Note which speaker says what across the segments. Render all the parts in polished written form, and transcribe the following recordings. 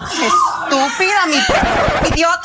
Speaker 1: ¡Estúpida, mi idiota!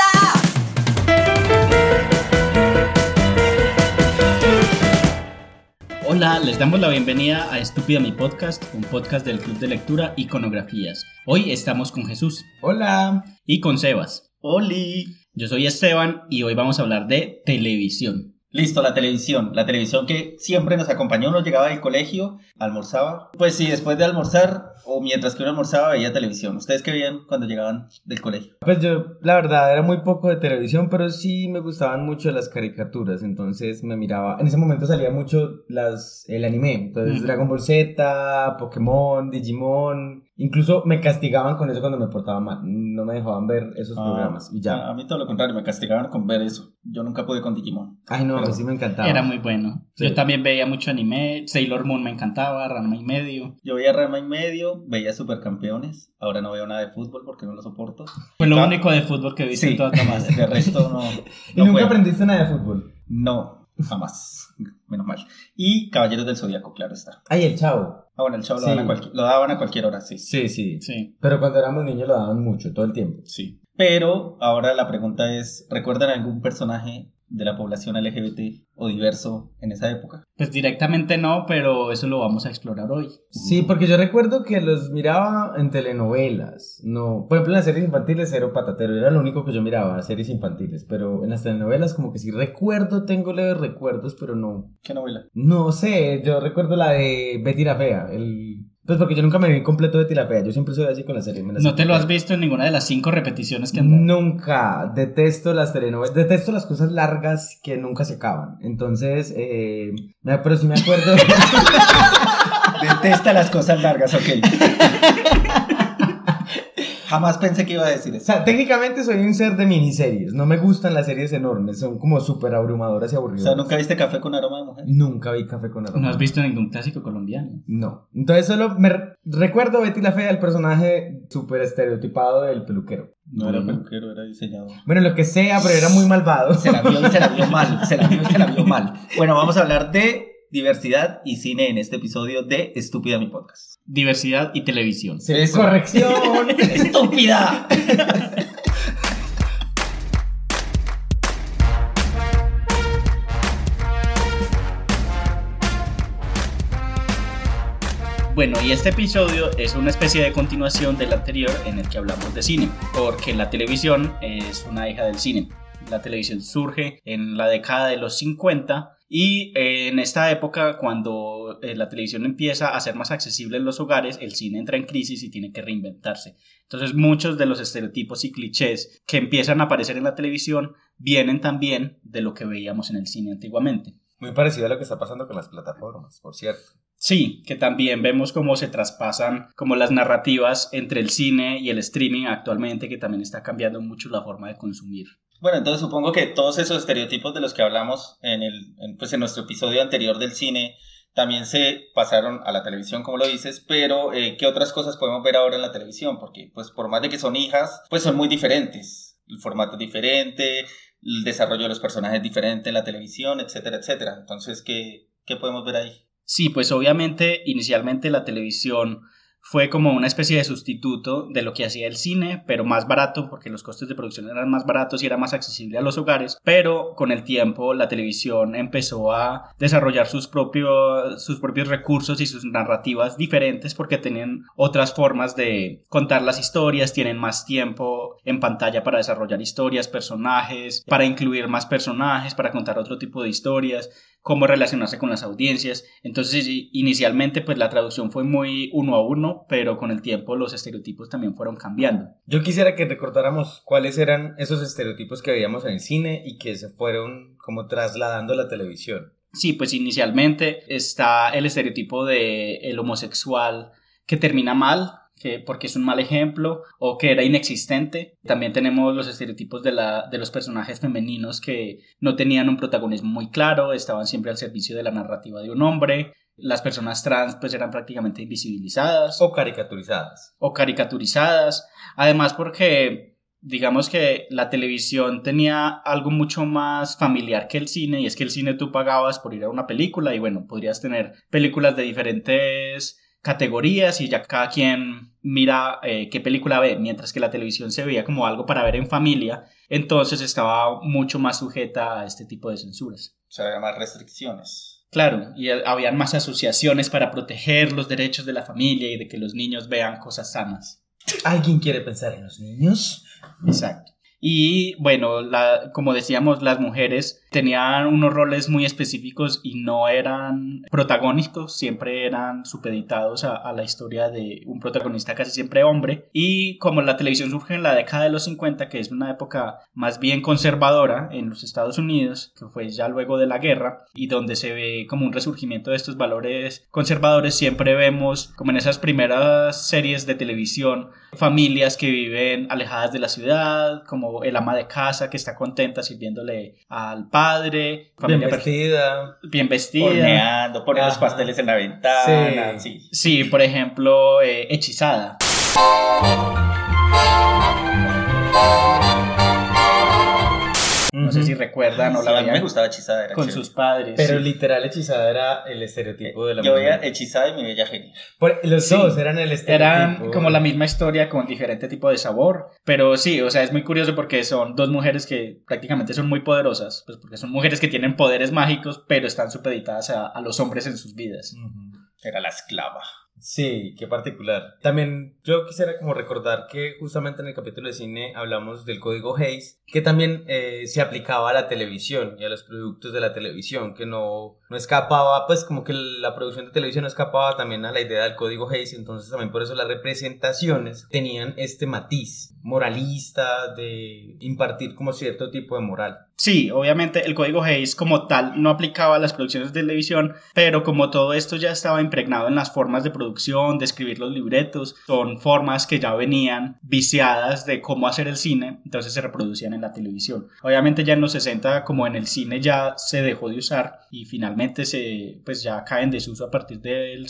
Speaker 2: Hola, les damos la bienvenida a Estúpida mi podcast, un podcast del Club de Lectura Iconografías. Hoy estamos con Jesús.
Speaker 3: Hola.
Speaker 2: Y con Sebas.
Speaker 3: Oli.
Speaker 2: Yo soy Esteban y hoy vamos a hablar de televisión.
Speaker 3: Listo, la televisión que siempre nos acompañó, uno llegaba del colegio, almorzaba. Pues sí, después de almorzar o mientras que uno almorzaba veía televisión. ¿Ustedes qué veían cuando llegaban del colegio?
Speaker 4: Pues yo, la verdad, era muy poco de televisión, pero sí me gustaban mucho las caricaturas, entonces me miraba, en ese momento salía mucho el anime, entonces Dragon Ball Z, Pokémon, Digimon, incluso me castigaban con eso cuando me portaba mal, no me dejaban ver esos programas y ya.
Speaker 3: A mí todo lo contrario, me castigaban con ver eso, yo nunca pude con Digimon.
Speaker 4: Ay no,
Speaker 3: pero
Speaker 4: sí me encantaba.
Speaker 2: Era muy bueno. Sí. Yo también veía mucho anime, Sailor Moon me encantaba, Ranma y medio.
Speaker 3: Yo veía Ranma y medio, veía Supercampeones, ahora no veo nada de fútbol porque no lo soporto.
Speaker 2: Fue lo único de fútbol que viste en toda tu vida.
Speaker 3: De resto no.
Speaker 4: ¿Y nunca aprendiste nada de fútbol?
Speaker 3: No, jamás, menos mal. Y Caballeros del Zodíaco, claro está.
Speaker 4: Ay, el Chavo.
Speaker 3: Ah, bueno, el Chavo lo daban a cualquier hora, sí.
Speaker 4: Sí. Pero cuando éramos niños lo daban mucho, todo el tiempo.
Speaker 3: Sí. Pero ahora la pregunta es, ¿recuerdan algún personaje de la población LGBT o diverso en esa época?
Speaker 2: Pues directamente no, pero eso lo vamos a explorar hoy.
Speaker 4: Sí, porque yo recuerdo que los miraba en telenovelas, no, por ejemplo en las series infantiles Cero Patatero, era lo único que yo miraba, series infantiles, pero en las telenovelas como que sí recuerdo, tengo leves recuerdos, pero no.
Speaker 3: ¿Qué novela?
Speaker 4: No sé, yo recuerdo la de Betty la Fea, pues porque yo nunca me vi completo Betty la Fea, yo siempre soy así con las series.
Speaker 2: ¿No te lo has visto en ninguna de las 5 repeticiones que han dado?
Speaker 4: Nunca, detesto las telenovelas, detesto las cosas largas que nunca se acaban, entonces, pero sí me acuerdo.
Speaker 3: Detesta las cosas largas, ok. Jamás pensé que iba a decir eso.
Speaker 4: O sea, técnicamente soy un ser de miniseries. No me gustan las series enormes. Son como súper abrumadoras y aburridas.
Speaker 3: O sea, ¿nunca viste Café con Aroma de Mujer?
Speaker 4: Nunca vi Café con Aroma.
Speaker 2: ¿No has visto ningún clásico colombiano?
Speaker 4: No. Entonces solo me recuerdo Betty la Fea, el personaje súper estereotipado del peluquero.
Speaker 3: No era peluquero, era diseñador.
Speaker 4: Bueno, lo que sea, pero era muy malvado.
Speaker 3: Se la vio y se la vio mal. Se la vio mal. Bueno, vamos a hablar de diversidad y cine en este episodio de Estúpida mi podcast.
Speaker 2: Diversidad y televisión.
Speaker 4: Sí, corrección.
Speaker 3: ¡Estúpida!
Speaker 2: Bueno, y este episodio es una especie de continuación del anterior en el que hablamos de cine, porque la televisión es una hija del cine. La televisión surge en la década de los 50 y en esta época, cuando la televisión empieza a ser más accesible en los hogares, el cine entra en crisis y tiene que reinventarse. Entonces muchos de los estereotipos y clichés que empiezan a aparecer en la televisión vienen también de lo que veíamos en el cine antiguamente.
Speaker 4: Muy parecido a lo que está pasando con las plataformas, por cierto.
Speaker 2: Sí, que también vemos cómo se traspasan como las narrativas entre el cine y el streaming actualmente, que también está cambiando mucho la forma de consumir.
Speaker 3: Bueno, entonces supongo que todos esos estereotipos de los que hablamos en nuestro episodio anterior del cine también se pasaron a la televisión, como lo dices, pero ¿qué otras cosas podemos ver ahora en la televisión? Porque pues por más de que son hijas, pues son muy diferentes. El formato es diferente, el desarrollo de los personajes es diferente en la televisión, etcétera, etcétera. Entonces, ¿qué podemos ver ahí?
Speaker 2: Sí, pues obviamente inicialmente la televisión fue como una especie de sustituto de lo que hacía el cine, pero más barato porque los costes de producción eran más baratos y era más accesible a los hogares, pero con el tiempo la televisión empezó a desarrollar sus propios recursos y sus narrativas diferentes porque tenían otras formas de contar las historias, tienen más tiempo en pantalla para desarrollar historias, personajes, para incluir más personajes, para contar otro tipo de historias, cómo relacionarse con las audiencias. Entonces inicialmente pues la traducción fue muy uno a uno, pero con el tiempo los estereotipos también fueron cambiando.
Speaker 4: Yo quisiera que recordáramos cuáles eran esos estereotipos que veíamos en el cine y que se fueron como trasladando a la televisión.
Speaker 2: Sí, pues inicialmente está el estereotipo de el homosexual que termina mal, porque es un mal ejemplo o que era inexistente. También tenemos los estereotipos de los personajes femeninos que no tenían un protagonismo muy claro, estaban siempre al servicio de la narrativa de un hombre. Las personas trans pues eran prácticamente invisibilizadas
Speaker 4: o caricaturizadas,
Speaker 2: además porque digamos que la televisión tenía algo mucho más familiar que el cine, y es que el cine tú pagabas por ir a una película y bueno, podrías tener películas de diferentes categorías y ya cada quien mira qué película ve, mientras que la televisión se veía como algo para ver en familia, entonces estaba mucho más sujeta a este tipo de censuras.
Speaker 3: O sea, había más restricciones.
Speaker 2: Claro, y habían más asociaciones para proteger los derechos de la familia y de que los niños vean cosas sanas.
Speaker 4: ¿Alguien quiere pensar en los niños?
Speaker 2: Exacto. Y bueno, como decíamos, las mujeres tenían unos roles muy específicos y no eran protagónicos, siempre eran supeditados a la historia de un protagonista casi siempre hombre. Y como la televisión surge en la década de los 50, que es una época más bien conservadora en los Estados Unidos, que fue ya luego de la guerra, y donde se ve como un resurgimiento de estos valores conservadores, siempre vemos como en esas primeras series de televisión familias que viven alejadas de la ciudad, como el ama de casa que está contenta sirviéndole al padre, bien vestida,
Speaker 3: horneando, pone los pasteles en la ventana.
Speaker 2: Sí, por ejemplo, Hechizada. No sé si recuerdan o la veían.
Speaker 3: A mí me gustaba Hechizada.
Speaker 2: Con sus padres.
Speaker 4: Pero literal, Hechizada era el estereotipo de la
Speaker 3: mujer. Yo veía
Speaker 4: mujer.
Speaker 3: Hechizada y Mi Bella Genio.
Speaker 4: Los dos eran el estereotipo.
Speaker 2: Eran como la misma historia con diferente tipo de sabor. Pero sí, o sea, es muy curioso porque son dos mujeres que prácticamente son muy poderosas. Pues porque son mujeres que tienen poderes mágicos, pero están supeditadas a los hombres en sus vidas.
Speaker 3: Era la esclava.
Speaker 4: Sí, qué particular. También yo quisiera como recordar que justamente en el capítulo de cine hablamos del código Hays, que también se aplicaba a la televisión y a los productos de la televisión, que no escapaba, pues como que la producción de televisión no escapaba también a la idea del código Hays, entonces también por eso las representaciones tenían este matiz moralista de impartir como cierto tipo de moral.
Speaker 2: Sí, obviamente el código Hays como tal no aplicaba a las producciones de televisión, pero como todo esto ya estaba impregnado en las formas de producción, de escribir los libretos, son formas que ya venían viciadas de cómo hacer el cine, entonces se reproducían en la televisión. Obviamente ya en los 60 como en el cine ya se dejó de usar y finalmente pues ya cae en desuso a partir del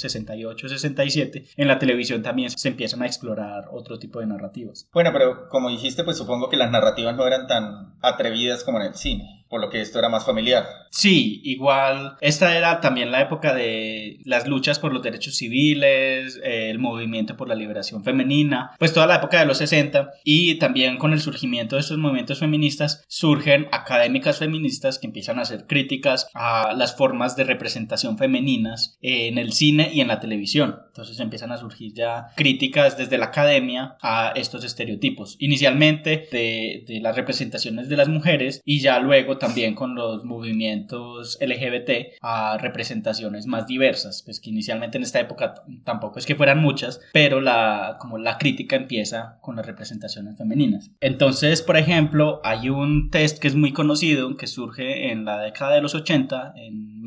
Speaker 2: 68-67, en la televisión también se empiezan a explorar otro tipo de narrativas.
Speaker 3: Bueno, pero como dijiste, pues supongo que las narrativas no eran tan atrevidas como en el cine, por lo que esto era más familiar.
Speaker 2: Sí, igual esta era también la época de las luchas por los derechos civiles, el movimiento por la liberación femenina, pues toda la época de los 60, y también con el surgimiento de estos movimientos feministas surgen académicas feministas que empiezan a hacer críticas a las formas de representación femeninas en el cine y en la televisión. Entonces empiezan a surgir ya críticas desde la academia a estos estereotipos, inicialmente de las representaciones de las mujeres y ya luego también con los movimientos LGBT a representaciones más diversas, pues que inicialmente en esta época tampoco es que fueran muchas, pero como la crítica empieza con las representaciones femeninas. Entonces, por ejemplo, hay un test que es muy conocido que surge en la década de los 80, en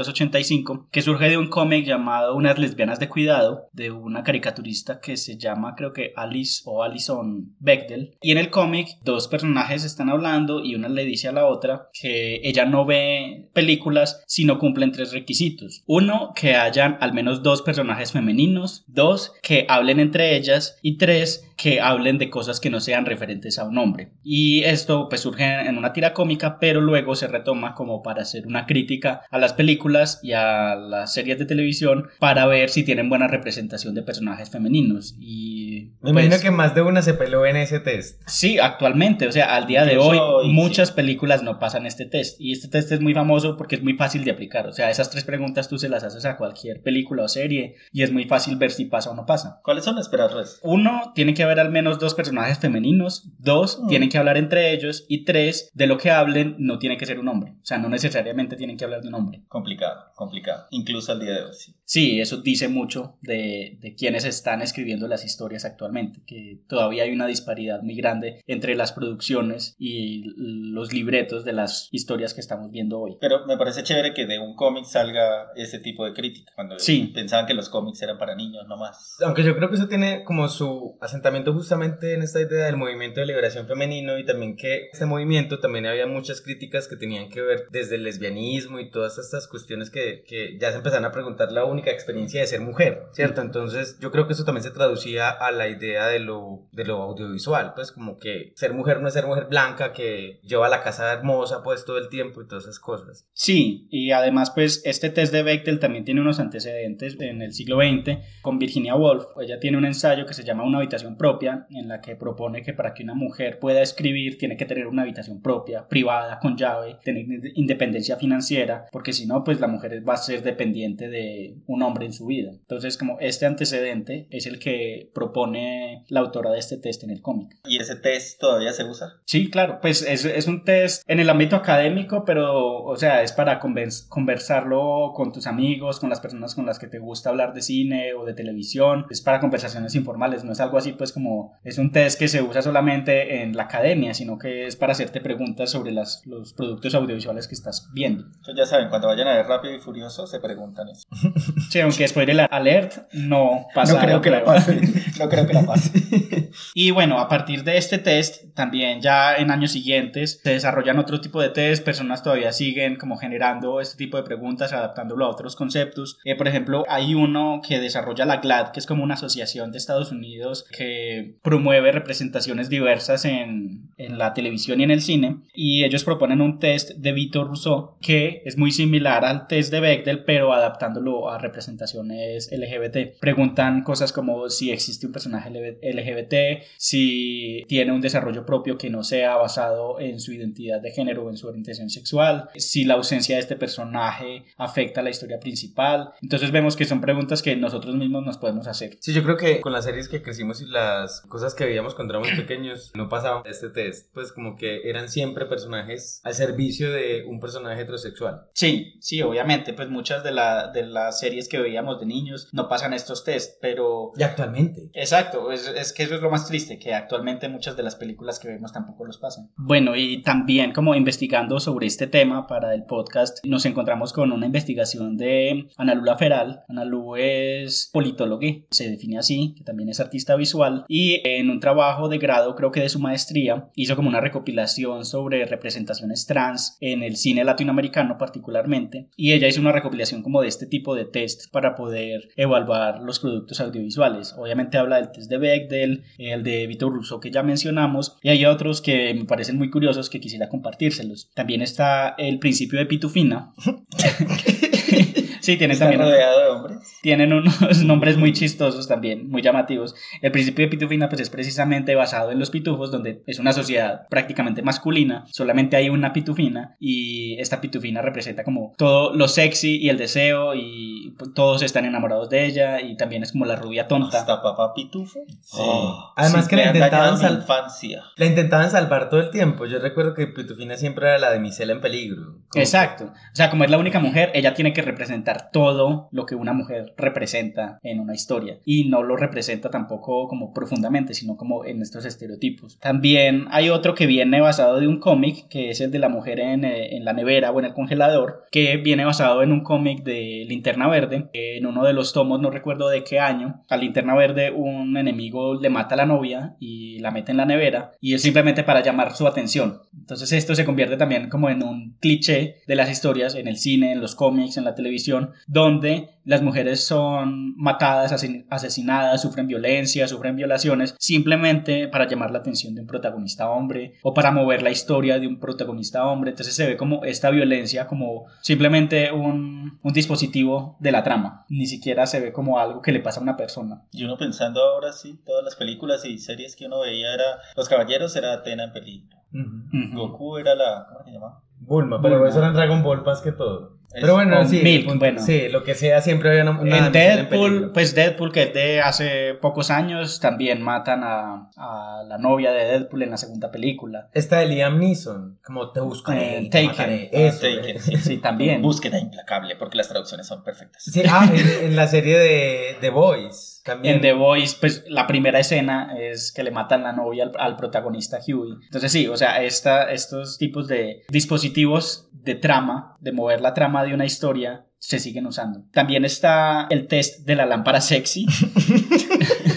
Speaker 2: 1985, que surge de un cómic llamado Unas lesbianas de cuidado, de una caricaturista que se llama, creo que Alice o Alison Bechdel, y en el cómic dos personajes están hablando y una le dice a la otra que ella no ve películas si no cumplen 3 requisitos. 1, que hayan al menos 2 personajes femeninos. 2, que hablen entre ellas. Y 3, que hablen de cosas que no sean referentes a un hombre. Y esto pues surge en una tira cómica, pero luego se retoma como para hacer una crítica a las películas y a las series de televisión para ver si tienen buena representación de personajes femeninos. Y
Speaker 4: me imagino que más de una se peló en ese test.
Speaker 2: Sí, actualmente, o sea, al día de hoy muchas películas no pasan este test, y este test es muy famoso porque es muy fácil de aplicar. O sea, esas 3 preguntas tú se las haces a cualquier película o serie y es muy fácil ver si pasa o no pasa.
Speaker 3: ¿Cuáles son las esperas?
Speaker 2: 1, tiene que haber al menos 2 personajes femeninos. 2, tienen que hablar entre ellos. Y 3, de lo que hablen no tiene que ser un hombre. O sea, no necesariamente tienen que hablar de un hombre.
Speaker 3: Complicado, incluso al día de hoy.
Speaker 2: Sí, eso dice mucho de quienes están escribiendo las historias actualmente, que todavía hay una disparidad muy grande entre las producciones y los libretos de las historias que estamos viendo hoy.
Speaker 3: Pero me parece chévere que de un cómic salga ese tipo de crítica, cuando pensaban que los cómics eran para niños nomás.
Speaker 4: Aunque yo creo que eso tiene como su asentamiento planteamiento justamente en esta idea del movimiento de liberación femenino, y también que este movimiento también había muchas críticas que tenían que ver desde el lesbianismo y todas estas cuestiones que ya se empezaron a preguntar la única experiencia de ser mujer, ¿cierto? Entonces yo creo que eso también se traducía a la idea de lo audiovisual, pues como que ser mujer no es ser mujer blanca que lleva la casa hermosa pues todo el tiempo y todas esas cosas.
Speaker 2: Sí, y además pues este test de Bechdel también tiene unos antecedentes en el siglo XX con Virginia Woolf. Ella tiene un ensayo que se llama Una habitación propia, en la que propone que para que una mujer pueda escribir tiene que tener una habitación propia, privada, con llave, tener independencia financiera, porque si no pues la mujer va a ser dependiente de un hombre en su vida. Entonces como este antecedente es el que propone la autora de este test en el cómic.
Speaker 3: ¿Y ese test todavía se usa?
Speaker 2: Sí, claro, pues es un test en el ámbito académico, pero o sea, es para conversarlo con tus amigos, con las personas con las que te gusta hablar de cine o de televisión. Es para conversaciones informales, no es algo así pues como es un test que se usa solamente en la academia, sino que es para hacerte preguntas sobre los productos audiovisuales que estás viendo.
Speaker 3: Entonces ya saben, cuando vayan a ver Rápido y Furioso se preguntan eso.
Speaker 2: Sí, aunque spoiler alert, no pasa.
Speaker 3: No creo que la pase. No creo que la pase.
Speaker 2: Y bueno, a partir de este test, también ya en años siguientes se desarrollan otro tipo de test, personas todavía siguen como generando este tipo de preguntas, adaptándolo a otros conceptos. Por ejemplo, hay uno que desarrolla la GLAAD, que es como una asociación de Estados Unidos que promueve representaciones diversas en la televisión y en el cine, y ellos proponen un test de Vitor-Rousseau que es muy similar al test de Bechdel, pero adaptándolo a representaciones LGBT. Preguntan cosas como si existe un personaje LGBT, si tiene un desarrollo propio que no sea basado en su identidad de género o en su orientación sexual, si la ausencia de este personaje afecta a la historia principal. Entonces vemos que son preguntas que nosotros mismos nos podemos hacer.
Speaker 4: Sí, yo creo que con las series que crecimos y las cosas que veíamos cuando éramos pequeños no pasaban este test, pues como que eran siempre personajes al servicio de un personaje heterosexual.
Speaker 2: Sí, obviamente, pues muchas de las series que veíamos de niños no pasan estos test, pero...
Speaker 4: Y actualmente.
Speaker 2: Exacto, es que eso es lo más triste, que actualmente muchas de las películas que vemos tampoco los pasan. Bueno, y también como investigando sobre este tema para el podcast, nos encontramos con una investigación de Ana Lula Feral. Ana Lu es politóloga, se define así, que también es artista visual, y en un trabajo de grado, creo que de su maestría, hizo como una recopilación sobre representaciones trans en el cine latinoamericano particularmente, y ella hizo una recopilación como de este tipo de test para poder evaluar los productos audiovisuales. Obviamente habla del test de Bechdel, el de Vitor-Rousseau que ya mencionamos, y hay otros que me parecen muy curiosos que quisiera compartírselos. También está el principio de Pitufina. Sí, tienen también
Speaker 3: rodeado de hombres.
Speaker 2: Tienen unos nombres muy chistosos también, muy llamativos. El principio de Pitufina pues es precisamente basado en los pitufos, donde es una sociedad prácticamente masculina, solamente hay una pitufina, y esta pitufina representa como todo lo sexy y el deseo, y todos están enamorados de ella, y también es como la rubia tonta.
Speaker 3: ¿Hasta papá pitufo?
Speaker 4: Sí. Además que la intentaban
Speaker 3: infancia.
Speaker 4: salvar todo el tiempo. Yo recuerdo que Pitufina siempre era la damisela en peligro.
Speaker 2: Exacto. O sea, como es la única mujer, ella tiene que representar todo lo que una mujer representa en una historia, y no lo representa tampoco como profundamente, sino como en estos estereotipos. También hay otro que viene basado de un cómic, que es el de la mujer en la nevera o en el congelador, que viene basado en un cómic de Linterna Verde. En uno de los tomos, no recuerdo de qué año, a Linterna Verde un enemigo le mata a la novia y la mete en la nevera, y es simplemente para llamar su atención. Entonces esto se convierte también como en un cliché de las historias en el cine, en los cómics, en la televisión, donde las mujeres son matadas, asesinadas, sufren violencia, sufren violaciones, simplemente para llamar la atención de un protagonista hombre o para mover la historia de un protagonista hombre. Entonces se ve como esta violencia como simplemente un dispositivo de la trama, ni siquiera se ve como algo que le pasa a una persona.
Speaker 3: Y uno pensando ahora, sí, todas las películas y series que uno veía era Los Caballeros, era Atena en peligro. Goku era ¿cómo se llama?
Speaker 4: Bulma, pero eso era en Dragon Ball más que todo. Pero bueno, sí,
Speaker 2: Milk, bueno.
Speaker 4: Sí, lo que sea, siempre había una
Speaker 2: en Deadpool, pues Deadpool, que es de hace pocos años, también matan a la novia de Deadpool en la segunda película.
Speaker 4: Esta de Liam Neeson, como te buscaré, te mataré.
Speaker 3: Taken,
Speaker 2: sí, también.
Speaker 3: Búsqueda implacable, porque las traducciones son perfectas.
Speaker 4: Sí, en la serie de The Boys. También.
Speaker 2: En The Boys, pues la primera escena es que le matan la novia al protagonista Huey. Entonces sí, o sea, estos tipos de dispositivos de trama, de mover la trama de una historia, se siguen usando. También está el test de la lámpara sexy.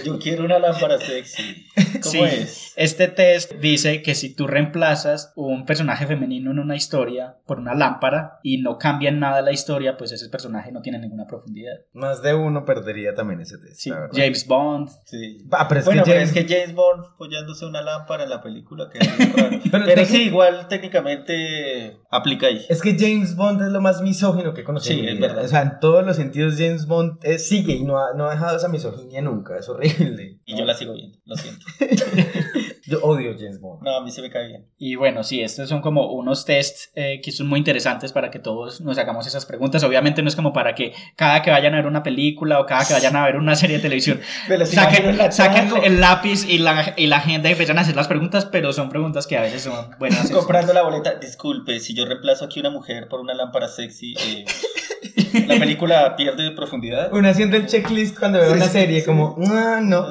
Speaker 3: Yo quiero una lámpara sexy. ¿Cómo es?
Speaker 2: Este test dice que si tú reemplazas un personaje femenino en una historia por una lámpara y no cambia en nada la historia, pues ese personaje no tiene ninguna profundidad.
Speaker 4: Más de uno perdería también ese test.
Speaker 2: Sí,
Speaker 4: la verdad.
Speaker 2: James Bond.
Speaker 3: Sí.
Speaker 4: Pero es
Speaker 3: Bueno,
Speaker 4: que
Speaker 3: pero
Speaker 4: James...
Speaker 3: es que James Bond follándose una lámpara en la película queda muy raro. Pero sí, igual técnicamente aplica ahí.
Speaker 4: Es que James Bond es lo más misógino que he conocido.
Speaker 3: Sí,
Speaker 4: en mi
Speaker 3: es
Speaker 4: vida.
Speaker 3: verdad.
Speaker 4: O sea, en todos los sentidos James Bond sigue y no ha dejado esa misoginia nunca. Es horrible.
Speaker 3: Y yo la sigo viendo, lo siento.
Speaker 4: Yo odio James Bond.
Speaker 3: No, a mí se me cae bien.
Speaker 2: Y bueno, sí, estos son como unos tests que son muy interesantes para que todos nos hagamos esas preguntas. Obviamente no es como para que cada que vayan a ver una película o cada que vayan a ver una serie de televisión saquen el lápiz y la agenda y empiezan a hacer las preguntas, pero son preguntas que a veces son buenas.
Speaker 3: Comprando la boleta, disculpe, si yo reemplazo aquí una mujer por una lámpara sexy, ¿la película pierde profundidad?
Speaker 4: Uno haciendo el checklist cuando ve una serie, como, no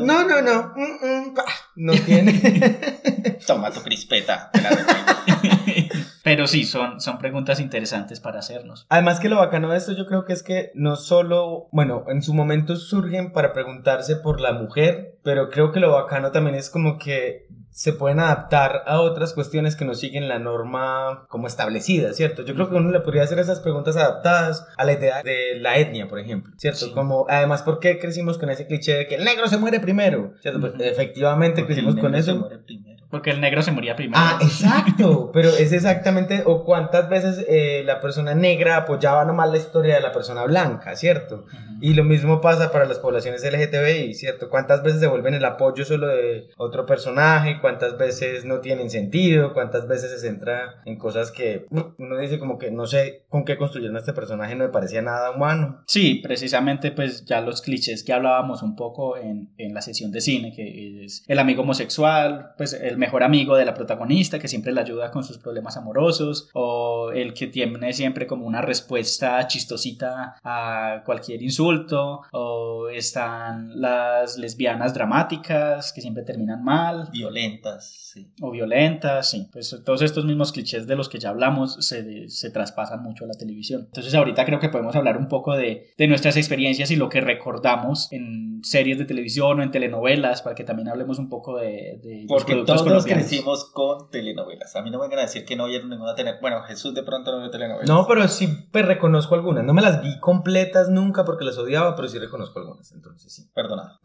Speaker 4: tiene.
Speaker 3: Toma tu crispeta. Te la recuerdo.
Speaker 2: Pero sí, son preguntas interesantes para hacernos.
Speaker 4: Además que lo bacano de esto yo creo que es que no solo, bueno, en su momento surgen para preguntarse por la mujer, pero creo que lo bacano también es como que se pueden adaptar a otras cuestiones que no siguen la norma como establecida, ¿cierto? Yo creo que uno le podría hacer esas preguntas adaptadas a la idea de la etnia, por ejemplo, ¿cierto?
Speaker 2: Sí.
Speaker 4: Como, además, ¿por qué crecimos con ese cliché de que el negro se muere primero? ¿Cierto? Pues, efectivamente
Speaker 3: Porque
Speaker 4: crecimos
Speaker 3: el
Speaker 4: con
Speaker 3: negro se
Speaker 4: eso.
Speaker 3: muere primero.
Speaker 2: Porque el negro se moría primero.
Speaker 4: Ah, exacto, pero es exactamente, o cuántas veces la persona negra apoyaba nomás la historia de la persona blanca, ¿cierto?
Speaker 2: Ujú.
Speaker 4: Y lo mismo pasa para las poblaciones LGTBI, ¿cierto? ¿Cuántas veces se vuelven el apoyo solo de otro personaje? ¿Cuántas veces no tienen sentido? ¿Cuántas veces se centra en cosas que uno dice como que no sé con qué construyeron a este personaje, no me parecía nada humano?
Speaker 2: Sí, precisamente pues ya los clichés que hablábamos un poco en la sesión de cine, que es el amigo homosexual, pues el mejor amigo de la protagonista que siempre la ayuda con sus problemas amorosos, o el que tiene siempre como una respuesta chistosita a cualquier insulto, o están las lesbianas dramáticas que siempre terminan mal,
Speaker 3: Violentas, sí.
Speaker 2: o violentas, sí, pues todos estos mismos clichés de los que ya hablamos se traspasan mucho a la televisión. Entonces ahorita creo que podemos hablar un poco de nuestras experiencias y lo que recordamos en series de televisión o en telenovelas, para que también hablemos un poco de los
Speaker 3: Porque
Speaker 2: productos
Speaker 3: todos
Speaker 2: colombianos.
Speaker 3: crecimos con telenovelas. A mí no me van a decir que no vieron ninguna telenovela. Bueno, Jesús de pronto no vio telenovelas.
Speaker 4: No, pero sí pues, reconozco algunas. No me las vi completas nunca porque las odiaba, pero sí reconozco algunas, entonces sí.
Speaker 3: Perdonad.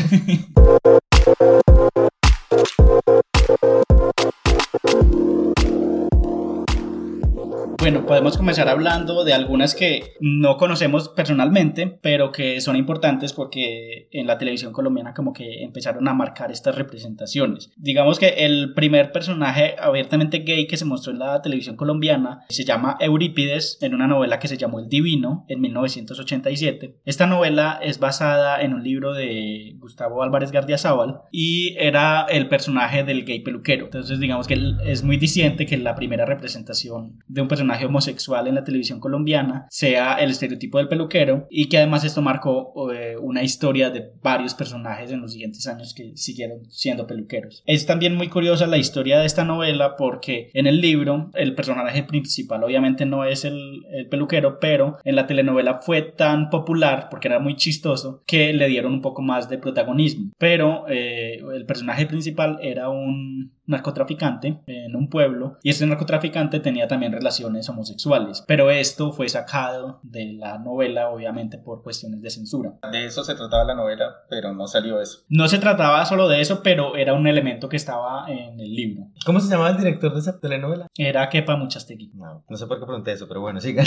Speaker 2: Bueno, podemos comenzar hablando de algunas que no conocemos personalmente, pero que son importantes porque en la televisión colombiana como que empezaron a marcar estas representaciones. Digamos que el primer personaje abiertamente gay que se mostró en la televisión colombiana se llama Eurípides, en una novela que se llamó El Divino, en 1987. Esta novela es basada en un libro de Gustavo Álvarez Gardiazabal y era el personaje del gay peluquero. Entonces digamos que es muy disidente que la primera representación de un personaje homosexual en la televisión colombiana sea el estereotipo del peluquero, y que además esto marcó una historia de varios personajes en los siguientes años que siguieron siendo peluqueros. Es también muy curiosa la historia de esta novela porque en el libro el personaje principal obviamente no es el peluquero, pero en la telenovela fue tan popular porque era muy chistoso que le dieron un poco más de protagonismo. Pero el personaje principal era un narcotraficante en un pueblo, y este narcotraficante tenía también relaciones homosexuales, pero esto fue sacado de la novela obviamente por cuestiones de censura.
Speaker 3: De eso se trataba la novela, pero no salió eso.
Speaker 2: No se trataba solo de eso, pero era un elemento que estaba en el libro.
Speaker 4: ¿Cómo se llamaba el director de esa telenovela?
Speaker 2: Era Kepa Muchastegui.
Speaker 4: No sé por qué pregunté eso, pero bueno, sigan.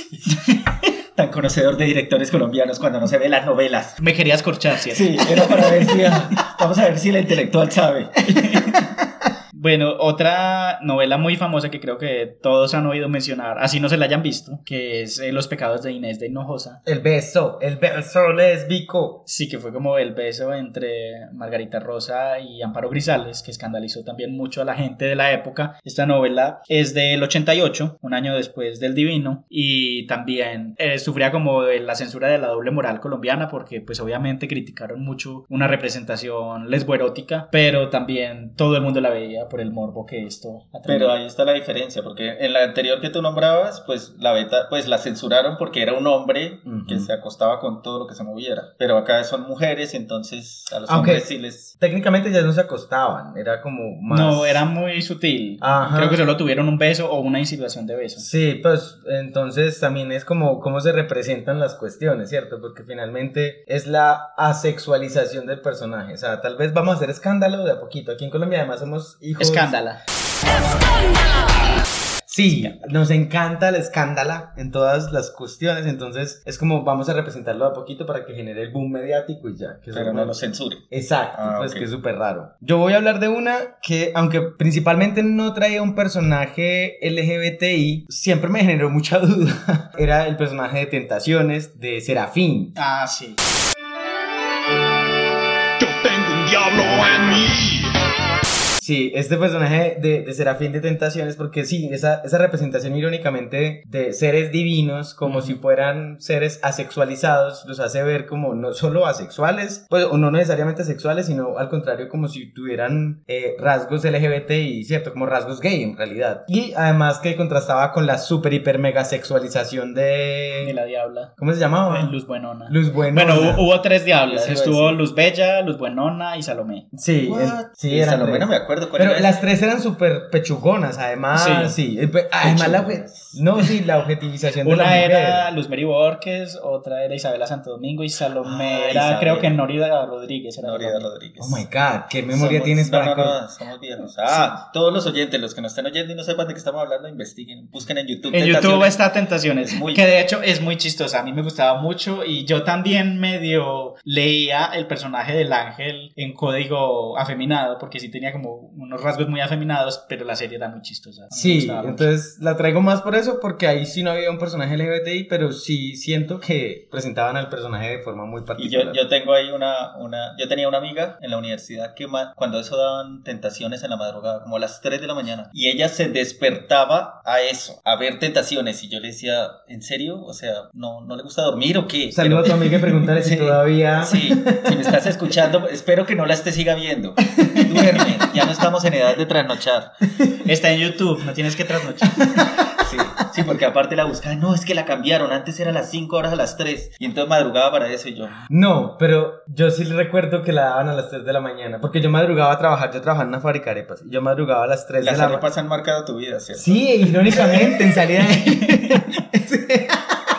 Speaker 3: Tan conocedor de directores colombianos cuando no se ve las novelas.
Speaker 2: Me querías corchar, ¿cierto?
Speaker 3: Sí, era para ver si... Vamos a ver si el intelectual sabe.
Speaker 2: Bueno, otra novela muy famosa que creo que todos han oído mencionar, así no se la hayan visto, que es Los pecados de Inés de Hinojosa.
Speaker 4: El beso lésbico.
Speaker 2: Sí, que fue como el beso entre Margarita Rosa y Amparo Grisales, que escandalizó también mucho a la gente de la época. Esta novela es del 88, un año después del Divino, y también sufría como de la censura de la doble moral colombiana, porque pues obviamente criticaron mucho una representación lesboerótica, pero también todo el mundo la veía por el morbo que esto ha
Speaker 3: Pero
Speaker 2: traído.
Speaker 3: ahí está la diferencia, porque en la anterior que tú nombrabas, pues la beta, pues la censuraron porque era un hombre que se acostaba con todo lo que se moviera. Pero acá son mujeres, entonces a los hombres sí les...
Speaker 4: Técnicamente ya no se acostaban, era como más...
Speaker 2: No, era muy sutil.
Speaker 4: Ajá.
Speaker 2: Creo que solo tuvieron un beso o una insinuación de beso.
Speaker 4: Sí, pues entonces también es como cómo se representan las cuestiones, ¿cierto? Porque finalmente es la asexualización del personaje. O sea, tal vez vamos a hacer escándalo de a poquito. Aquí en Colombia además somos hijos...
Speaker 2: Escándala.
Speaker 4: Sí, nos encanta el escándala en todas las cuestiones, entonces es como vamos a representarlo de a poquito para que genere el boom mediático y ya. Que
Speaker 3: Pero no lo censuren.
Speaker 4: Exacto, pues
Speaker 3: ok.
Speaker 4: que es súper raro. Yo voy a hablar de una que, aunque principalmente no traía un personaje LGBTI, siempre me generó mucha duda. Era el personaje de Tentaciones de Serafín.
Speaker 2: Ah, sí.
Speaker 5: Yo tengo un diablo en mí.
Speaker 4: Sí, este personaje de Serafín de Tentaciones, porque sí, esa representación irónicamente de seres divinos como si fueran seres asexualizados, los hace ver como no solo asexuales, pues, o no necesariamente sexuales, sino al contrario como si tuvieran rasgos LGBTI, ¿cierto? Como rasgos gay en realidad. Y además que contrastaba con la super hiper mega sexualización
Speaker 2: De la diabla.
Speaker 4: ¿Cómo se llamaba?
Speaker 2: Luz Buenona.
Speaker 4: Luz Buenona.
Speaker 2: Bueno, hubo 3 diablas.
Speaker 4: Eso iba a
Speaker 2: Estuvo
Speaker 4: decir.
Speaker 2: Luz Bella, Luz Buenona y
Speaker 4: Sí,
Speaker 2: Salomé.
Speaker 4: sí,
Speaker 3: Sí,
Speaker 4: eran
Speaker 3: Salomé
Speaker 4: tres.
Speaker 3: no me acuerdo cuál
Speaker 4: Pero
Speaker 3: era
Speaker 4: las
Speaker 3: ese.
Speaker 4: 3 eran súper pechugonas, además, sí. Además, la objetivización de la
Speaker 2: Una
Speaker 4: mujer.
Speaker 2: era Luz Mary Borges, otra era Isabela Santo Domingo y Salomé
Speaker 3: Ah,
Speaker 2: era,
Speaker 3: Isabel.
Speaker 2: creo que Nórida Rodríguez. Era
Speaker 3: Nórida
Speaker 2: Salomé.
Speaker 3: Rodríguez.
Speaker 4: Oh my god, ¿qué memoria
Speaker 3: Somos-
Speaker 4: tienes para
Speaker 3: no, somos viejos. Todos los oyentes, los que nos estén oyendo y no sepan de qué estamos hablando, investiguen, busquen en YouTube.
Speaker 2: En YouTube
Speaker 3: Tentaciones.
Speaker 2: está Tentaciones,
Speaker 3: Muy-
Speaker 2: que de hecho es muy chistosa. A mí me gustaba mucho y yo también medio leía el personaje del ángel en código afeminado, porque sí tenía como unos rasgos muy afeminados, pero la serie era muy chistosa. A mí me
Speaker 4: Sí,
Speaker 2: gustaba mucho.
Speaker 4: entonces la traigo más por eso, porque ahí sí no había un personaje LGBTI, pero sí siento que presentaban al personaje de forma muy
Speaker 3: Y
Speaker 4: particular.
Speaker 3: yo tengo ahí yo tenía una amiga en la universidad que cuando eso daban Tentaciones en la madrugada, como a las 3 de la mañana, y ella se despertaba a eso, a ver Tentaciones, y yo le decía, ¿en serio? O sea, ¿no le gusta dormir o qué?
Speaker 4: Saludo a tu amiga y preguntarle si
Speaker 3: Sí.
Speaker 4: todavía...
Speaker 3: Sí, si me estás escuchando, espero que no la siga viendo. Duerme, ya no estamos en edad de trasnochar.
Speaker 2: Está en YouTube, no tienes que trasnochar.
Speaker 3: Sí, porque aparte la buscaba, no, es que la cambiaron, antes era a las 5 horas a las 3, y entonces madrugaba para eso y yo...
Speaker 4: No, pero yo sí recuerdo que la daban a las 3 de la mañana, porque yo madrugaba a trabajar, yo trabajaba en una fábrica de arepas, y yo madrugaba a las 3 de
Speaker 3: Las
Speaker 4: la mañana.
Speaker 3: arepas han marcado tu vida, ¿cierto?
Speaker 4: Sí, irónicamente, en salida de...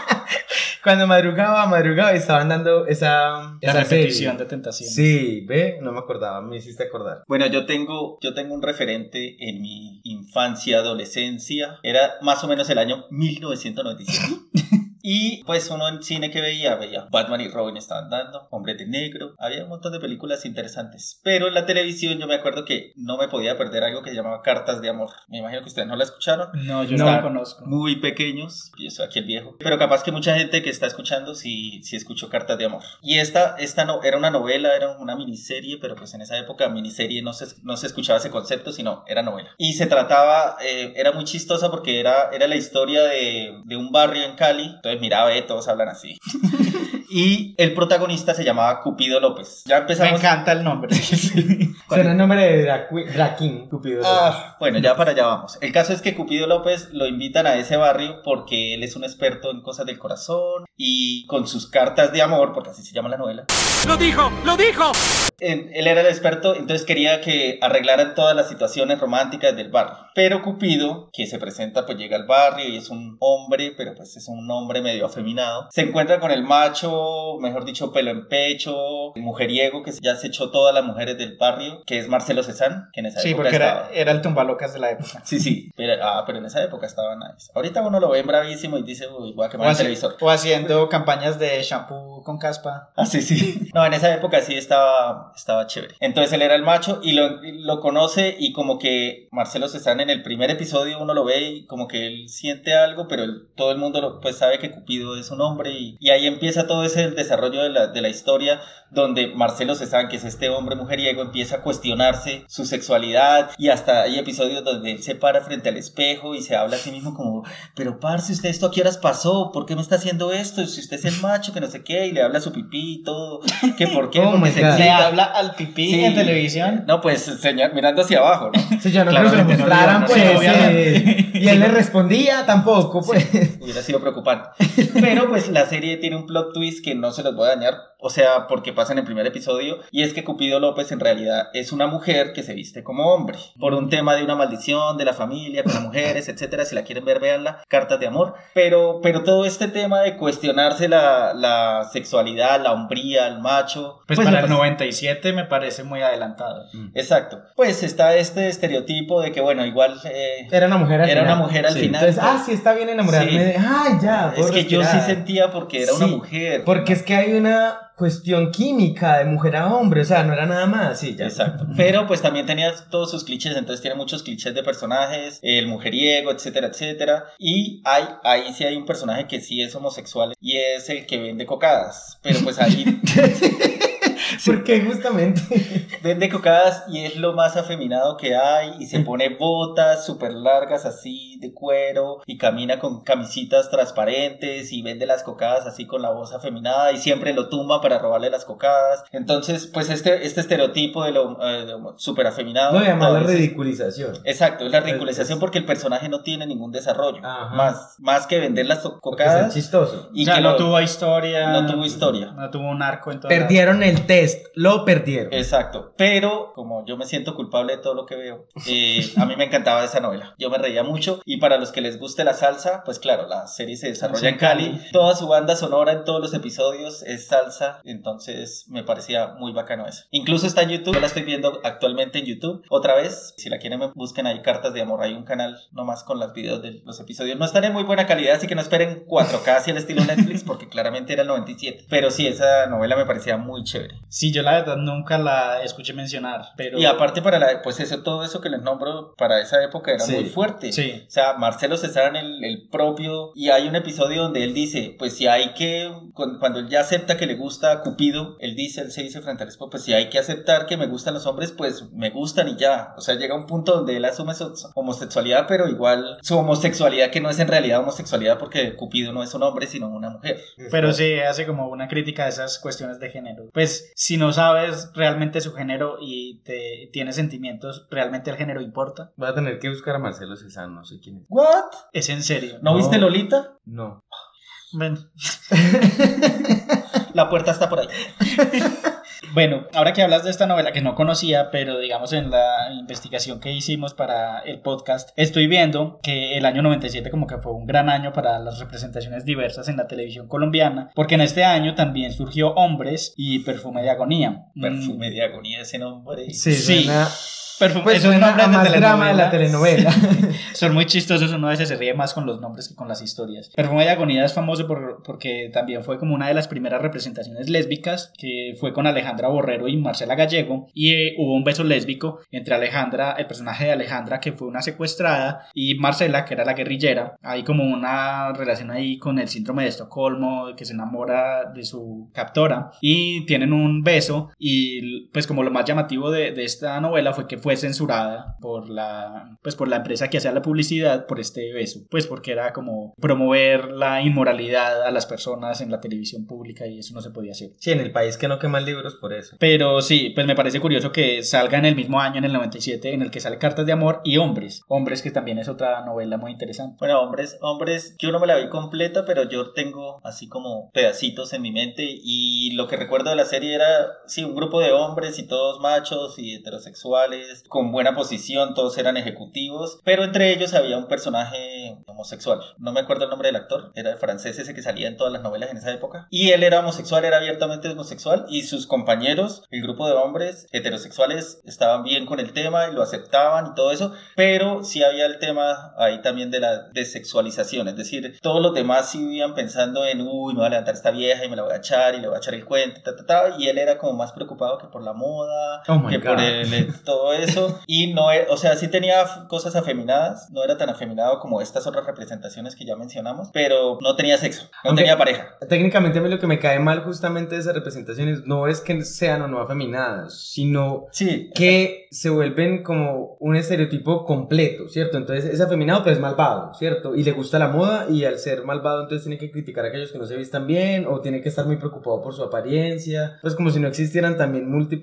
Speaker 4: Cuando madrugaba y estaban dando esa
Speaker 2: La
Speaker 4: serie.
Speaker 2: repetición de Tentaciones.
Speaker 4: Sí, ve, no me acordaba, me hiciste acordar.
Speaker 3: Bueno, yo tengo un referente en mi infancia, adolescencia. Era más o menos el año 1997. Y pues uno en cine que veía Batman y Robin estaban dando, Hombre de Negro, había un montón de películas interesantes. Pero en la televisión yo me acuerdo que no me podía perder algo que se llamaba Cartas de Amor. Me imagino que ustedes no la escucharon.
Speaker 2: No, yo
Speaker 4: No.
Speaker 2: no la conozco.
Speaker 3: Muy pequeños, yo soy aquí el viejo, pero capaz que mucha gente que está escuchando sí escuchó Cartas de Amor. Y esta no, era una novela, era una miniserie, pero pues en esa época miniserie no se escuchaba ese concepto, sino era novela. Y se trataba, era muy chistosa porque era la historia de un barrio en Cali, entonces miraba, todos hablan así. Y el protagonista se llamaba Cupido López. Ya
Speaker 2: Me
Speaker 3: empezamos.
Speaker 2: encanta el nombre.
Speaker 4: Suena el nombre de Draquín, Cupido.
Speaker 3: Bueno, ya para allá vamos. El caso es que Cupido López lo invitan a ese barrio porque él es un experto en cosas del corazón y con sus cartas de amor, porque así se llama la novela.
Speaker 5: ¡Lo dijo! ¡Lo dijo!
Speaker 3: Él era el experto, entonces quería que arreglaran todas las situaciones románticas del barrio. Pero Cupido, que se presenta, pues llega al barrio y es un hombre, pero pues es un hombre medio afeminado. Se encuentra con el macho, mejor dicho, pelo en pecho, mujeriego, que ya se echó todas las mujeres del barrio, que es Marcelo Cezanne, que en esa
Speaker 2: Sí,
Speaker 3: época
Speaker 2: porque
Speaker 3: estaba...
Speaker 2: era el tumbalocas de la época.
Speaker 3: Sí, pero en esa época estaba nice. Ahorita uno lo ve bravísimo y dice, uy, voy a quemar el televisor.
Speaker 2: O haciendo campañas de shampoo con caspa.
Speaker 3: Ah, sí. No, en esa época sí estaba chévere. Entonces él era el macho y lo conoce y como que Marcelo Cezanne en el primer episodio uno lo ve y como que él siente algo, pero todo el mundo pues sabe que Cupido es un hombre y ahí empieza todo ese desarrollo de la historia donde Marcelo Cezanne, que es este hombre mujeriego, empieza a cuestionarse su sexualidad y hasta hay episodios donde él se para frente al espejo y se habla a sí mismo como, pero parce, ¿usted esto a qué horas pasó? ¿Por qué me está haciendo esto? Si usted es el macho, que no sé qué, y le habla a su pipí y todo, que por qué,
Speaker 4: Oh
Speaker 3: porque
Speaker 4: my
Speaker 3: se
Speaker 4: God.
Speaker 2: ¿Le
Speaker 3: excita.
Speaker 2: habla al pipí
Speaker 3: Sí.
Speaker 2: en televisión?
Speaker 3: No, pues señor, mirando hacia abajo, ¿no?
Speaker 4: Si yo no
Speaker 3: Claro,
Speaker 4: creo que lo
Speaker 3: no,
Speaker 4: mostraran,
Speaker 3: no,
Speaker 4: pues.
Speaker 3: sí, obviamente.
Speaker 4: Y él le respondía tampoco, pues.
Speaker 3: Hubiera sido preocupante. Pero pues la serie tiene un plot twist que no se los voy a dañar, o sea, porque pasa en el primer episodio, y es que Cupido López en realidad es una mujer que se viste como hombre, por un tema de una maldición de la familia con las mujeres, etcétera. Si la quieren ver, véanla, Cartas de Amor. Pero todo este tema de cuestionarse la sexualidad, la hombría, el macho...
Speaker 2: Pues para el 97 me parece muy adelantado.
Speaker 3: Exacto. Pues está este estereotipo de que, bueno, igual...
Speaker 4: Era una mujer al
Speaker 3: era
Speaker 4: final.
Speaker 3: una mujer al
Speaker 4: Sí.
Speaker 3: final.
Speaker 4: Entonces, sí, está bien enamorarme
Speaker 3: Sí.
Speaker 4: de... Ay, ya,
Speaker 3: Es
Speaker 4: puedo
Speaker 3: que yo sí
Speaker 4: respirar.
Speaker 3: sentía porque era una
Speaker 4: Sí,
Speaker 3: mujer.
Speaker 4: Porque es que hay una cuestión química de mujer a hombre, o sea, no era nada más, sí, ya.
Speaker 3: Exacto. Pero pues también tenía todos sus clichés, entonces tiene muchos clichés de personajes, el mujeriego, etcétera, etcétera. Y ahí sí hay un personaje que sí es homosexual y es el que vende cocadas. Pero pues ahí
Speaker 4: Porque justamente...
Speaker 3: vende cocadas y es lo más afeminado que hay y se pone botas súper largas así de cuero y camina con camisitas transparentes y vende las cocadas así con la voz afeminada y siempre lo tumba para robarle las cocadas. Entonces pues este estereotipo de lo súper afeminado.
Speaker 4: No, y además la
Speaker 3: es-
Speaker 4: ridiculización.
Speaker 3: Exacto, es la ridiculización porque el personaje no tiene ningún desarrollo.
Speaker 4: Ajá.
Speaker 3: Más que vender las
Speaker 4: Porque es
Speaker 3: cocadas
Speaker 4: chistoso.
Speaker 3: y
Speaker 2: o sea,
Speaker 3: que
Speaker 2: no tuvo historia.
Speaker 3: no tuvo historia.
Speaker 2: No tuvo un arco en todo.
Speaker 4: Perdieron el test, lo perdieron.
Speaker 3: Exacto, pero como yo me siento culpable de todo lo que veo, a mí me encantaba esa novela, yo me reía mucho y para los que les guste la salsa, pues claro, la serie se desarrolla en Cali, toda su banda sonora en todos los episodios es salsa, entonces me parecía muy bacano eso. Incluso está en YouTube, yo la estoy viendo actualmente en YouTube, otra vez, si la quieren busquen ahí Cartas de Amor, hay un canal nomás con los videos de los episodios, no están en muy buena calidad, así que no esperen 4K así al estilo Netflix, porque claramente era el 97, pero sí, esa novela me parecía muy chévere.
Speaker 2: Sí, yo la verdad nunca la escuché mencionar, pero...
Speaker 3: Y aparte pues eso, todo eso que les nombro para esa época era
Speaker 4: Sí,
Speaker 3: muy fuerte.
Speaker 2: sí.
Speaker 3: O sea, Marcelo César el propio, y hay un episodio donde él dice, pues si hay que, cuando él ya acepta que le gusta a Cupido, él se dice frente al espejo, pues si hay que aceptar que me gustan los hombres, pues me gustan y ya. O sea, llega un punto donde él asume su homosexualidad, pero igual su homosexualidad que no es en realidad homosexualidad porque Cupido no es un hombre, sino una mujer.
Speaker 2: Pero sí hace como una crítica a esas cuestiones de género. Pues si no sabes realmente su género y tienes sentimientos, ¿realmente el género importa?
Speaker 4: Voy a tener que buscar a Marcelo Cezanne, no sé quién es.
Speaker 3: ¿What?
Speaker 2: ¿Es en serio?
Speaker 3: ¿No viste Lolita?
Speaker 4: No.
Speaker 2: Bueno.
Speaker 3: La puerta está por ahí.
Speaker 2: Bueno, ahora que hablas de esta novela que no conocía, pero digamos en la investigación que hicimos para el podcast, estoy viendo que el año 97 como que fue un gran año para las representaciones diversas en la televisión colombiana, porque en este año también surgió Hombres y Perfume de Agonía.
Speaker 3: Perfume de Agonía, ese nombre.
Speaker 4: Sí,
Speaker 2: Sí.
Speaker 4: suena...
Speaker 2: Perfume,
Speaker 4: Pues
Speaker 2: esos
Speaker 4: suena
Speaker 2: nombres
Speaker 4: a
Speaker 2: de
Speaker 4: más drama de la
Speaker 2: telenovela.
Speaker 4: telenovela.
Speaker 2: Son muy chistosos, uno a veces se ríe más con los nombres que con las historias. Perfume de Agonía es famoso porque también fue como una de las primeras representaciones lésbicas, que fue con Alejandra Borrero y Marcela Gallego, y hubo un beso lésbico entre Alejandra, el personaje de Alejandra, que fue una secuestrada, y Marcela, que era la guerrillera. Hay como una relación ahí con el síndrome de Estocolmo, que se enamora de su captora, y tienen un beso, y pues como lo más llamativo de esta novela fue que fue censurada por la empresa que hacía la publicidad por este beso, pues porque era como promover la inmoralidad a las personas en la televisión pública y eso no se podía hacer.
Speaker 4: Sí, en el país que no queman libros por eso.
Speaker 2: Pero sí, pues me parece curioso que salga en el mismo año, en el 97, en el que sale Cartas de Amor y Hombres, que también es otra novela muy interesante.
Speaker 3: Bueno, hombres, yo no me la vi completa, pero yo tengo así como pedacitos en mi mente y lo que recuerdo de la serie era, sí, un grupo de hombres y todos machos y heterosexuales, con buena posición, todos eran ejecutivos, pero entre ellos había un personaje homosexual. No me acuerdo el nombre del actor, era el francés ese que salía en todas las novelas en esa época. Y él era homosexual, era abiertamente homosexual y sus compañeros, el grupo de hombres heterosexuales, estaban bien con el tema y lo aceptaban y todo eso, pero sí había el tema ahí también de la desexualización, es decir, todos los demás sí vivían pensando en, uy, me voy a levantar esta vieja y me la voy a echar y le voy a echar el cuento, y él era como más preocupado que por la moda, que por todo eso, y no, o sea, sí tenía cosas afeminadas, no era tan afeminado como estas otras representaciones que ya mencionamos, pero no tenía sexo, no tenía pareja.
Speaker 4: Técnicamente a mí lo que me cae mal justamente de esas representaciones no es que sean o no afeminadas, sino
Speaker 3: Sí,
Speaker 4: que se vuelven como un estereotipo completo, ¿cierto? Entonces es afeminado pero es malvado, ¿cierto? Y le gusta la moda y al ser malvado entonces tiene que criticar a aquellos que no se vistan bien o tiene que estar muy preocupado por su apariencia, pues como si no existieran también múltiples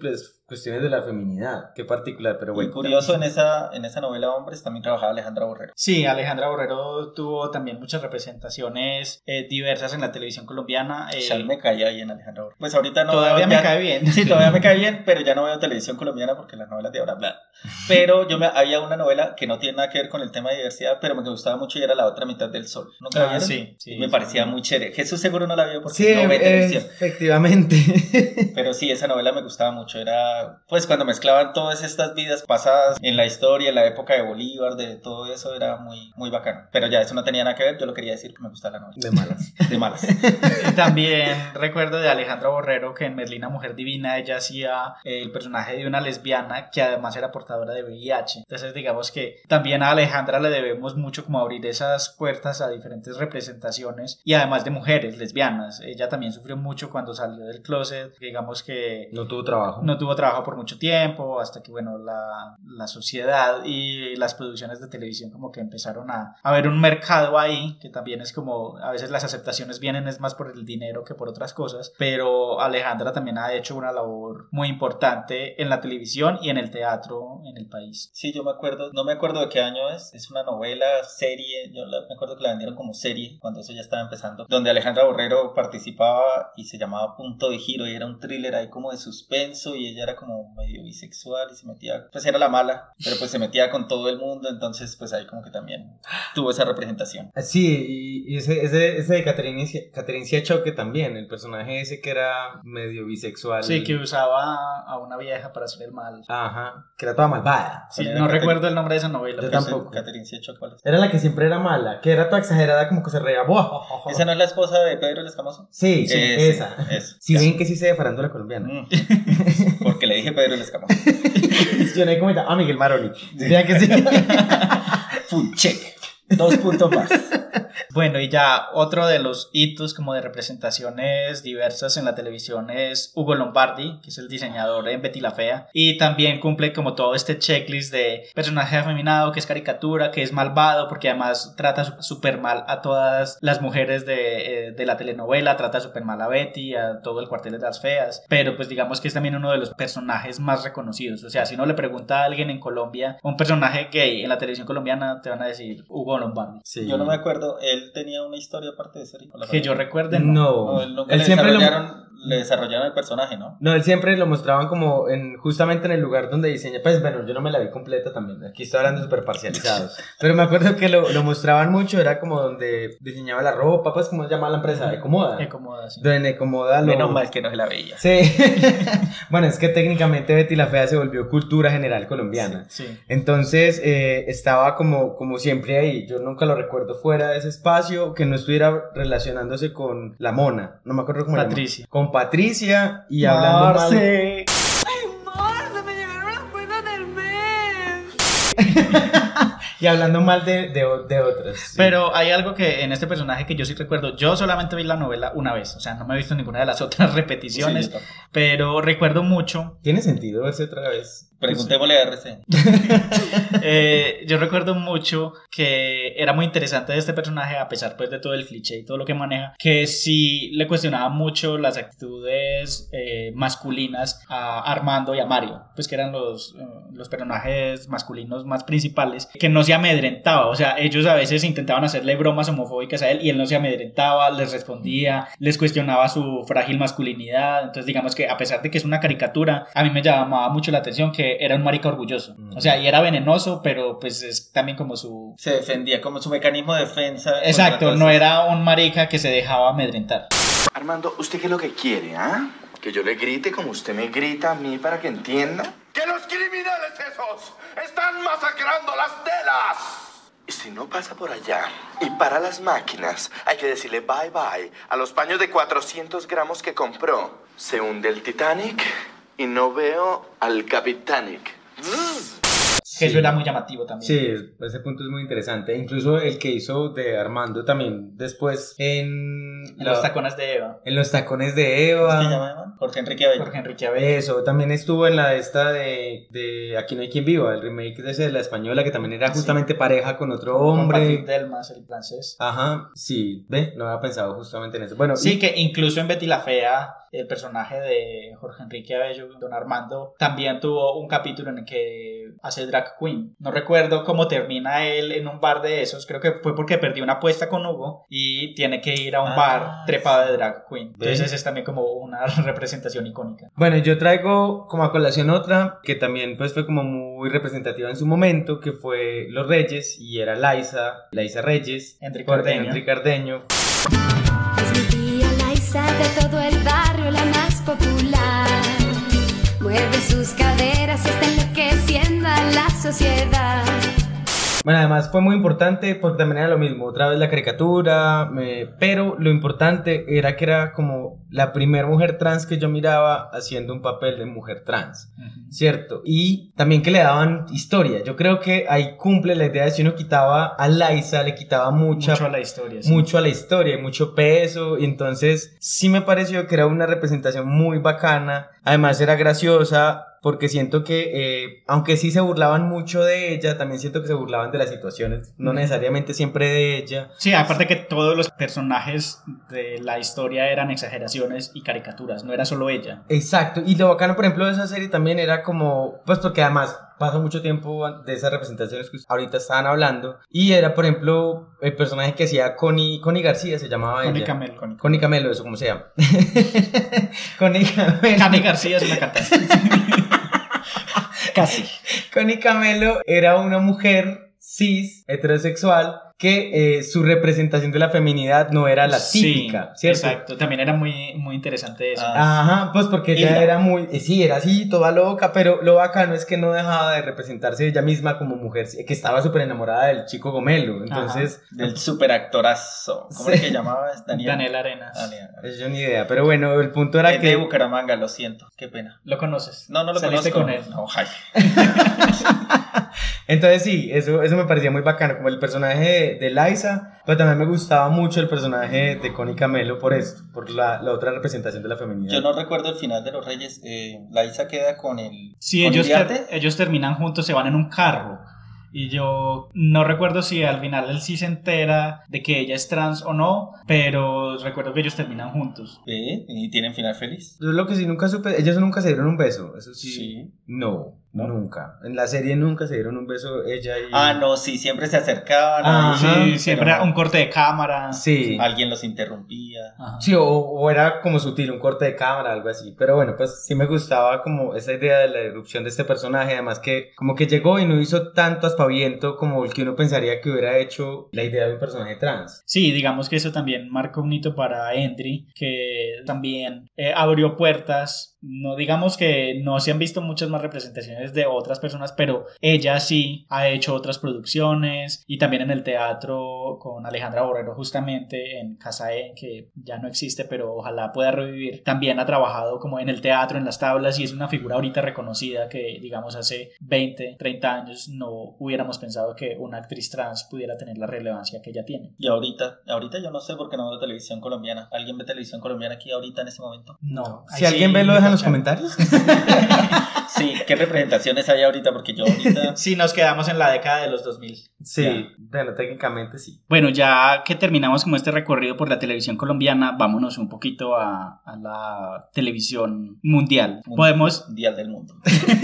Speaker 4: cuestiones de la feminidad. Qué particular, pero bueno.
Speaker 3: Y curioso, en esa novela Hombres también trabajaba Alejandra Borrero.
Speaker 2: Sí, Alejandra Borrero tuvo también muchas representaciones diversas en la televisión colombiana.
Speaker 3: Ya me caía bien Alejandra Borrero. Pues ahorita no.
Speaker 2: Todavía me cae bien.
Speaker 3: Sí, todavía me cae bien, pero ya no veo televisión colombiana porque las novelas de ahora, bla. Pero había una novela que no tiene nada que ver con el tema de diversidad, pero me gustaba mucho y era La otra mitad del sol. ¿Nunca la vieron?
Speaker 2: Sí.
Speaker 3: Y me parecía muy chévere. Jesús seguro no la vio porque
Speaker 4: Sí,
Speaker 3: no ve televisión.
Speaker 4: Efectivamente.
Speaker 3: Pero sí, esa novela me gustaba mucho. Era, pues, cuando mezclaban todas estas vidas pasadas en la historia, en la época de Bolívar, de todo eso, era muy, muy bacano. Pero ya, eso no tenía nada que ver. Yo lo quería decir que me gustaba la novela.
Speaker 4: De malas.
Speaker 3: De malas.
Speaker 2: También recuerdo de Alejandra Borrero que en Merlina Mujer Divina ella hacía el personaje de una lesbiana que además era portadora de VIH. Entonces digamos que también a Alejandra le debemos mucho como abrir esas puertas a diferentes representaciones y además de mujeres lesbianas. Ella también sufrió mucho cuando salió del closet, digamos que
Speaker 4: No tuvo trabajo.
Speaker 2: no tuvo trabajo por mucho tiempo hasta que bueno la sociedad y las producciones de televisión como que empezaron a ver un mercado ahí, que también es como a veces las aceptaciones vienen es más por el dinero que por otras cosas, pero Alejandra también ha hecho una labor muy importante en la televisión y en el teatro en el país.
Speaker 3: Sí, yo me acuerdo, no me acuerdo de qué año es una novela, serie, me acuerdo que la vendieron como serie cuando eso ya estaba empezando, donde Alejandra Borrero participaba y se llamaba Punto de Giro y era un thriller ahí como de suspenso y ella era como medio bisexual y se metía, pues era la mala, pero pues se metía con todo el mundo, entonces pues ahí como que también tuvo esa representación.
Speaker 4: Sí, y ese de Catherine Siachoque también, el personaje ese que era medio bisexual.
Speaker 2: Sí, que usaba a una vieja para hacer el mal.
Speaker 4: Ajá, que era toda malvada.
Speaker 2: Sí, no recuerdo el nombre de esa novela.
Speaker 4: Yo
Speaker 2: pero
Speaker 4: tampoco.
Speaker 3: Catherine Siachoque, ¿cuál es?
Speaker 4: Era la que siempre era mala, que era toda exagerada, como que se reía.
Speaker 3: ¿Esa no es la esposa de Pedro el Escamoso?
Speaker 4: Sí, esa.
Speaker 3: Eso.
Speaker 4: Si ven que sí sé de farándula colombiana.
Speaker 3: Porque le dije Pedro el Escamoso.
Speaker 4: Yo no hay como Miguel Maroni. Diría que sí.
Speaker 3: Full check. 2 puntos más.
Speaker 2: Bueno, y ya otro de los hitos como de representaciones diversas en la televisión es Hugo Lombardi, que es el diseñador en Betty la Fea, y también cumple como todo este checklist de personaje afeminado, que es caricatura, que es malvado, porque además trata súper mal a todas las mujeres de la telenovela, trata súper mal a Betty, a todo el cuartel de las feas, pero pues digamos que es también uno de los personajes más reconocidos. O sea, si uno le pregunta a alguien en Colombia un personaje gay en la televisión colombiana, te van a decir Hugo Lombardi.
Speaker 4: Sí.
Speaker 3: Yo no me acuerdo, él tenía una historia aparte de ser
Speaker 2: Que yo recuerde,
Speaker 4: no.
Speaker 3: Él
Speaker 4: siempre
Speaker 3: le desarrollaron el personaje, ¿no?
Speaker 4: No, él siempre lo mostraban como justamente en el lugar donde diseña. Pues bueno, yo no me la vi completa también. Aquí estoy hablando súper parcializados. Pero me acuerdo que lo mostraban mucho. Era como donde diseñaba la ropa. Pues como se llama la empresa, Ecomoda.
Speaker 2: Ecomoda, sí.
Speaker 4: Donde Ecomoda
Speaker 3: Menos mal que no se la veía.
Speaker 4: Sí. Bueno, es que técnicamente Betty la Fea se volvió cultura general colombiana.
Speaker 2: Sí.
Speaker 4: Entonces estaba como siempre ahí. Yo nunca lo recuerdo fuera de ese espacio, que no estuviera relacionándose con la mona. No me acuerdo cómo
Speaker 2: Patricia.
Speaker 4: se llama. Con Patricia y hablando mal.
Speaker 1: ¡Ay, Marce! ¡Me llegaron las cuentas del mes!
Speaker 4: Y hablando mal de otras. Sí.
Speaker 2: Pero hay algo que en este personaje que yo sí recuerdo. Yo solamente vi la novela una vez, o sea, no me he visto ninguna de las otras repeticiones,
Speaker 3: Sí,
Speaker 2: pero recuerdo mucho.
Speaker 4: ¿Tiene sentido verse otra vez?
Speaker 3: Preguntémosle a RC.
Speaker 2: Yo recuerdo mucho que era muy interesante de este personaje, a pesar pues de todo el cliché y todo lo que maneja, que sí le cuestionaba mucho las actitudes masculinas a Armando y a Mario, pues que eran los personajes masculinos más principales, que no se amedrentaba. O sea, ellos a veces intentaban hacerle bromas homofóbicas a él y él no se amedrentaba, les respondía, les cuestionaba su frágil masculinidad. Entonces digamos que a pesar de que es una caricatura, a mí me llamaba mucho la atención que era un marica orgulloso. O sea, y era venenoso, pero pues es también como su...
Speaker 3: Se defendía como su mecanismo de defensa.
Speaker 2: Exacto, no era un marica que se dejaba amedrentar.
Speaker 6: Armando, ¿usted qué es lo que quiere, ah? ¿Que yo le grite como usted me grita a mí para que entienda?
Speaker 5: ¡Que los criminales esos están masacrando las telas!
Speaker 6: Y si no pasa por allá y para las máquinas, hay que decirle bye bye a los paños de 400 gramos que compró. Se hunde el Titanic y no veo al Capitanic.
Speaker 2: Que eso era muy llamativo también.
Speaker 4: Sí, ese punto es muy interesante. Incluso el que hizo de Armando también después en
Speaker 2: Los tacones de Eva.
Speaker 4: En los tacones de Eva.
Speaker 3: ¿Cómo se llama? Jorge Enrique Abello.
Speaker 2: Jorge Enrique Abello.
Speaker 4: Eso, también estuvo en la de Aquí no hay quien viva, el remake de ese de la española, que también era justamente pareja con otro hombre.
Speaker 2: Con Patrick Delmas, el francés.
Speaker 4: Ajá, sí, ve, no había pensado justamente en eso. Bueno,
Speaker 2: sí, que incluso en Betty la Fea, el personaje de Jorge Enrique Abello, Don Armando, también tuvo un capítulo en el que hace drag queen. No recuerdo cómo termina él en un bar de esos, creo que fue porque perdió una apuesta con Hugo y tiene que ir a un bar trepado de drag queen. Entonces es también como una representación icónica.
Speaker 4: Bueno, yo traigo como a colación otra que también pues fue como muy representativa en su momento, que fue Los Reyes, y era Liza Reyes,
Speaker 2: Enrique
Speaker 4: por
Speaker 2: Cardeño.
Speaker 4: Enrique Cardeño.
Speaker 7: Es mi tía Liza, de todo el barrio la más popular. Mueve sus caderas y está enloqueciendo a la sociedad.
Speaker 4: Bueno, además fue muy importante porque también era lo mismo, otra vez la caricatura, pero lo importante era que era como la primera mujer trans que yo miraba haciendo un papel de mujer trans, ¿cierto? Y también que le daban historia. Yo creo que ahí cumple la idea de si uno quitaba a Liza, le quitaba mucho
Speaker 2: a la historia, sí.
Speaker 4: Mucho a la historia, mucho peso, y entonces sí me pareció que era una representación muy bacana. Además era graciosa, porque siento que, aunque sí se burlaban mucho de ella, también siento que se burlaban de las situaciones, no necesariamente siempre de ella.
Speaker 2: Sí, aparte que todos los personajes de la historia eran exageraciones y caricaturas, no era solo ella.
Speaker 4: Exacto, y lo bacano, por ejemplo, de esa serie también era como, pues porque además pasa mucho tiempo de esas representaciones que ahorita estaban hablando, y era, por ejemplo, el personaje que hacía Connie García, se llamaba
Speaker 2: Connie
Speaker 4: ella.
Speaker 2: Camelo.
Speaker 4: Connie Camelo, eso, ¿cómo se llama? Connie Camelo.
Speaker 2: Connie García es una cantante. Casi.
Speaker 4: Connie Camelo era una mujer cis, heterosexual, que su representación de la feminidad no era la típica,
Speaker 2: sí,
Speaker 4: ¿cierto?
Speaker 2: Exacto, también era muy, muy interesante eso.
Speaker 4: Ajá, pues porque ella era muy, sí, era así, toda loca, pero lo bacano es que no dejaba de representarse ella misma como mujer, que estaba súper enamorada del chico Gomelo, entonces...
Speaker 3: Ajá, del súper actorazo, ¿cómo es que llamaba?
Speaker 2: Daniel Arenas.
Speaker 4: Yo ni idea, pero bueno, el punto era que...
Speaker 3: de Bucaramanga, lo siento, qué pena.
Speaker 2: ¿Lo conoces?
Speaker 3: No lo
Speaker 2: ¿Saliste
Speaker 3: conozco.
Speaker 2: con él?
Speaker 3: No, Jaime.
Speaker 4: Entonces sí, eso me parecía muy bacano, como el personaje de Liza, pero también me gustaba mucho el personaje de Connie Camelo por esto, por la otra representación de la feminidad.
Speaker 3: Yo no recuerdo el final de Los Reyes. Liza queda con el...
Speaker 2: Sí,
Speaker 3: ¿con
Speaker 2: ellos terminan juntos, se van en un carro. Y yo no recuerdo si al final él sí se entera de que ella es trans o no, pero recuerdo que ellos terminan juntos.
Speaker 3: ¿Y tienen final feliz?
Speaker 4: Yo lo que sí nunca supe, ellos nunca se dieron un beso, eso sí.
Speaker 3: Sí.
Speaker 4: No, nunca. En la serie nunca se dieron un beso ella y...
Speaker 3: No, sí, siempre se acercaban.
Speaker 4: Ajá,
Speaker 2: sí, siempre era un corte de cámara.
Speaker 4: Sí.
Speaker 3: Alguien los interrumpía.
Speaker 2: Ajá.
Speaker 4: Sí, o era como sutil, un corte de cámara, algo así. Pero bueno, pues sí me gustaba como esa idea de la irrupción de este personaje. Además que como que llegó y no hizo tanto aspaviento como el que uno pensaría que hubiera hecho la idea de un personaje trans.
Speaker 2: Sí, digamos que eso también marcó un hito para Endry, que también abrió puertas. No digamos que no se han visto muchas más representaciones de otras personas, pero ella sí ha hecho otras producciones y también en el teatro con Alejandra Borrero, justamente en Casaén, que ya no existe, pero ojalá pueda revivir. También ha trabajado como en el teatro, en las tablas, y es una figura ahorita reconocida que, digamos, hace 20, 30 años no hubiéramos pensado que una actriz trans pudiera tener la relevancia que ella tiene.
Speaker 3: Y ahorita yo no sé por qué no veo televisión colombiana. ¿Alguien ve televisión colombiana aquí ahorita en este momento?
Speaker 2: No.
Speaker 4: Si alguien ve, lo deja en los comentarios.
Speaker 3: Sí, ¿qué representaciones hay ahorita? Porque yo ahorita...
Speaker 2: Sí, nos quedamos en la década de los 2000.
Speaker 4: Sí,
Speaker 3: Ya.
Speaker 4: bueno, técnicamente sí.
Speaker 2: Bueno, ya que terminamos como este recorrido por la televisión colombiana, vámonos un poquito a la televisión mundial.
Speaker 3: Mundial del mundo.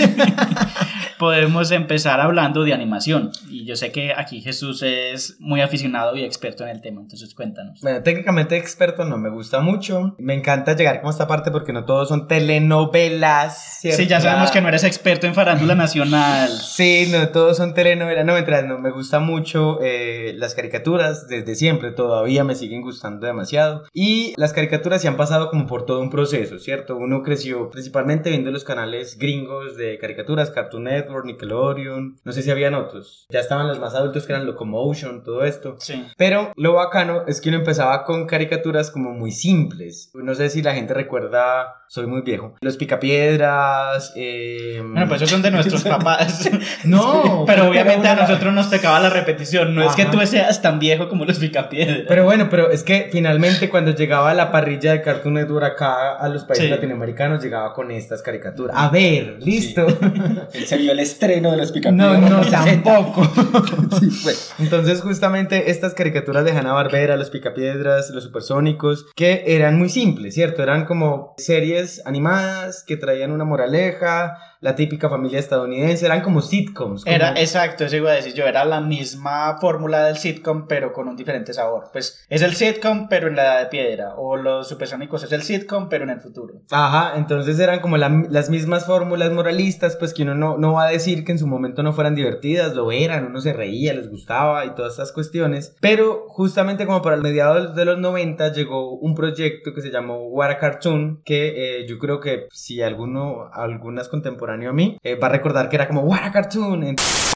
Speaker 2: Podemos empezar hablando de animación. Y yo sé que aquí Jesús es muy aficionado y experto en el tema, entonces cuéntanos.
Speaker 4: Bueno, técnicamente experto no me gusta mucho. Me encanta llegar como a esta parte porque no todos son telenovelas, ¿cierto?
Speaker 2: Sí, ya sabemos que no eres experto en farándula nacional.
Speaker 4: Sí, no todos son telenovelas. No, mientras no me gusta mucho las caricaturas desde siempre, todavía me siguen gustando demasiado. Y las caricaturas se han pasado como por todo un proceso, ¿cierto? Uno creció principalmente viendo los canales gringos de caricaturas, Cartoon Network, Nickelodeon, no sé si habían otros. Ya estaban los más adultos que eran Locomotion, todo esto.
Speaker 2: Sí.
Speaker 4: Pero lo bacano es que uno empezaba con caricaturas como muy simples. No sé si la gente recuerda, soy muy viejo, viejo. Los Picapiedras.
Speaker 2: Bueno, pues esos son de nuestros papás.
Speaker 4: No,
Speaker 2: pero obviamente
Speaker 4: era
Speaker 2: a
Speaker 4: una-
Speaker 2: nosotros nos tocaba la repetición. No es que
Speaker 4: Ajá.
Speaker 2: tú seas tan viejo como los Picapiedras.
Speaker 4: Pero bueno, pero es que finalmente cuando llegaba la parrilla de Cartoon Network acá a los países
Speaker 2: Sí.
Speaker 4: latinoamericanos, llegaba con estas caricaturas. A ver, listo.
Speaker 3: Él se vio el estreno de los
Speaker 4: No,
Speaker 3: Picapiedras.
Speaker 4: no,
Speaker 3: los 60.
Speaker 4: tampoco.
Speaker 3: Sí, pues.
Speaker 4: Entonces, justamente estas caricaturas de Hanna-Barbera, los Picapiedras, los Supersónicos, que eran muy simples, ¿cierto? Eran como series animadas que traían una moraleja, la típica familia estadounidense, eran como sitcoms. como-
Speaker 2: Era, exacto, eso iba a decir yo, era la misma fórmula del sitcom, pero con un diferente sabor. Pues es el sitcom, pero en la edad de piedra, o los Supersónicos es el sitcom, pero en el futuro.
Speaker 4: Ajá, entonces eran como las mismas fórmulas moralistas, pues que uno no va a decir que en su momento no fueran divertidas, lo eran, uno se reía, les gustaba y todas estas cuestiones, pero justamente como para mediados de los 90 llegó un proyecto que se llamó What a Cartoon, que yo creo que si algunas contemporáneas a mí, va a recordar que era como What a Cartoon.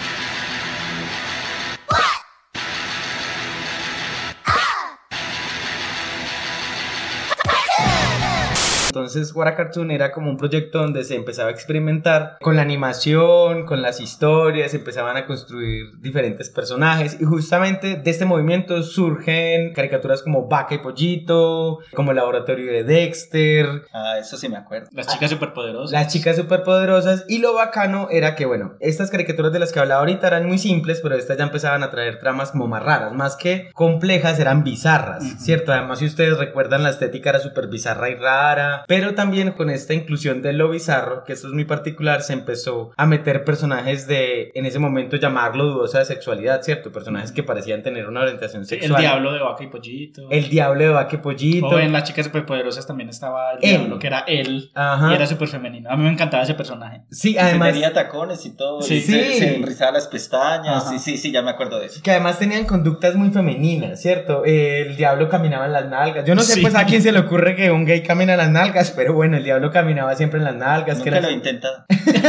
Speaker 4: Entonces What a Cartoon era como un proyecto donde se empezaba a experimentar con la animación, con las historias, empezaban a construir diferentes personajes y justamente de este movimiento surgen caricaturas como Vaca y Pollito, como el laboratorio de Dexter,
Speaker 3: Ah, eso sí me acuerdo.
Speaker 2: Las chicas superpoderosas.
Speaker 4: las chicas superpoderosas, y lo bacano era que, bueno, estas caricaturas de las que hablaba ahorita eran muy simples, pero estas ya empezaban a traer tramas como más raras, más que complejas, eran bizarras, ¿cierto? Además, si ustedes recuerdan, la estética era súper bizarra y rara, pero también con esta inclusión de lo bizarro, que esto es muy particular, se empezó a meter personajes de, en ese momento, llamarlo dudosa de sexualidad, ¿cierto? Personajes que parecían tener una orientación
Speaker 2: Sí, el
Speaker 4: sexual.
Speaker 2: diablo de Vaca y Pollito.
Speaker 4: El diablo de Vaca y Pollito.
Speaker 2: O en Las chicas superpoderosas también estaba el
Speaker 4: Él.
Speaker 2: diablo, que era él.
Speaker 4: Ajá.
Speaker 2: Y era súper femenino. A mí me encantaba ese personaje.
Speaker 4: Sí, además...
Speaker 3: Se tenía tacones y todo.
Speaker 2: Sí.
Speaker 3: y se
Speaker 4: Sí.
Speaker 3: enrizaba las pestañas.
Speaker 2: Ajá.
Speaker 3: Sí, ya me acuerdo de eso.
Speaker 4: Que además tenían conductas muy femeninas, ¿cierto? El diablo caminaba en las nalgas. Yo no sé
Speaker 2: Sí.
Speaker 4: pues a quién se le ocurre que un gay camina en las nalgas, pero bueno, el diablo caminaba siempre en las nalgas.
Speaker 3: Nunca
Speaker 4: Que
Speaker 3: lo
Speaker 4: era,
Speaker 3: he intentado.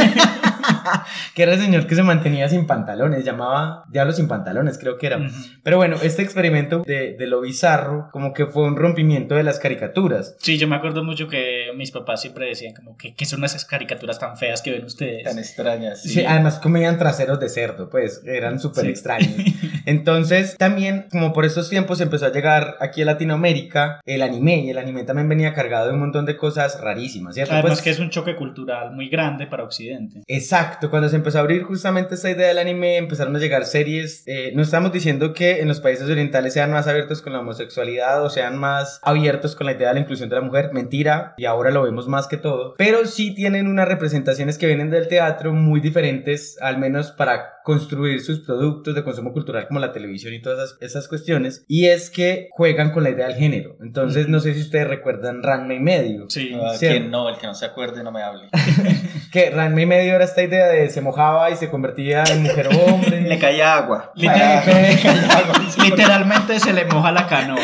Speaker 4: que era el señor que se mantenía sin pantalones, llamaba Diablo sin pantalones, creo que era.
Speaker 2: Ujú.
Speaker 4: Pero bueno, este experimento de lo bizarro como que fue un rompimiento de las caricaturas.
Speaker 2: Sí, yo me acuerdo mucho que mis papás siempre decían como que son esas caricaturas tan feas que ven ustedes.
Speaker 3: Tan extrañas.
Speaker 4: Sí, además comían traseros de cerdo, pues eran súper
Speaker 2: Sí.
Speaker 4: extraños. Entonces, también, como por estos tiempos empezó a llegar aquí a Latinoamérica el anime, y el anime también venía cargado de un montón de cosas rarísimas, ¿cierto?
Speaker 2: Además
Speaker 4: Pues,
Speaker 2: que es un choque cultural muy grande para Occidente.
Speaker 4: exacto, cuando se empezó a abrir justamente esta idea del anime, empezaron a llegar series, no estamos diciendo que en los países orientales sean más abiertos con la homosexualidad o sean más abiertos con la idea de la inclusión de la mujer, mentira, y ahora lo vemos más que todo, pero sí tienen unas representaciones que vienen del teatro muy diferentes, al menos para construir sus productos de consumo cultural como la televisión y todas esas cuestiones, y es que juegan con la idea del género. Entonces, no sé si ustedes recuerdan Ranma y medio.
Speaker 2: Sí.
Speaker 3: Ah,
Speaker 4: Cierto.
Speaker 3: quien no, el que no se acuerde no me hable.
Speaker 4: Que Ranma y medio era esta idea de se mojaba y se convertía en mujer o hombre.
Speaker 3: Le caía agua.
Speaker 2: Literalmente se le moja la canoa.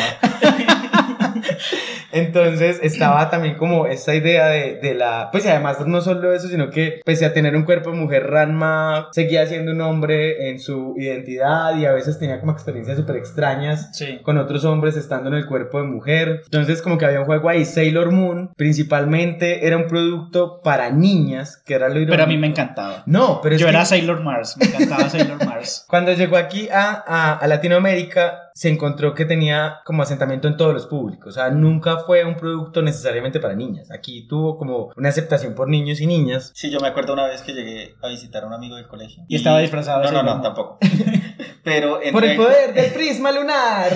Speaker 4: Entonces estaba también como esta idea de la... Pues además no solo eso, sino que pese a tener un cuerpo de mujer, Ranma seguía siendo un hombre en su identidad y a veces tenía como experiencias súper extrañas
Speaker 2: Sí.
Speaker 4: con otros hombres estando en el cuerpo de mujer. Entonces como que había un juego ahí. Sailor Moon principalmente era un producto para niñas, que era lo irónico.
Speaker 2: Pero a mí me encantaba.
Speaker 4: No, pero es
Speaker 2: Yo
Speaker 4: que
Speaker 2: era Sailor Mars, me encantaba Sailor Mars.
Speaker 4: cuando llegó aquí a Latinoamérica se encontró que tenía como asentamiento en todos los públicos. O sea, nunca fue un producto necesariamente para niñas. Aquí tuvo como una aceptación por niños y niñas.
Speaker 3: Sí, yo me acuerdo una vez que llegué a visitar a un amigo del colegio.
Speaker 2: Y estaba disfrazado de
Speaker 3: No,
Speaker 2: Sailor
Speaker 3: no,
Speaker 2: Moon.
Speaker 3: tampoco. Pero
Speaker 4: Por el
Speaker 3: entré-
Speaker 4: poder del prisma lunar.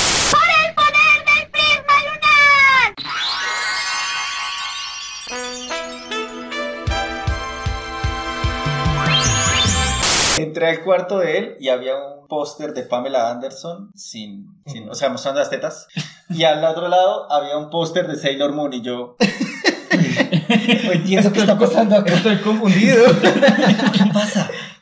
Speaker 3: Entré al cuarto de él y había un póster de Pamela Anderson o sea, mostrando las tetas. Y al otro lado había un póster de Sailor Moon y yo... No entiendo qué está pasando acá.
Speaker 4: Estoy confundido.
Speaker 3: ¿Qué pasa?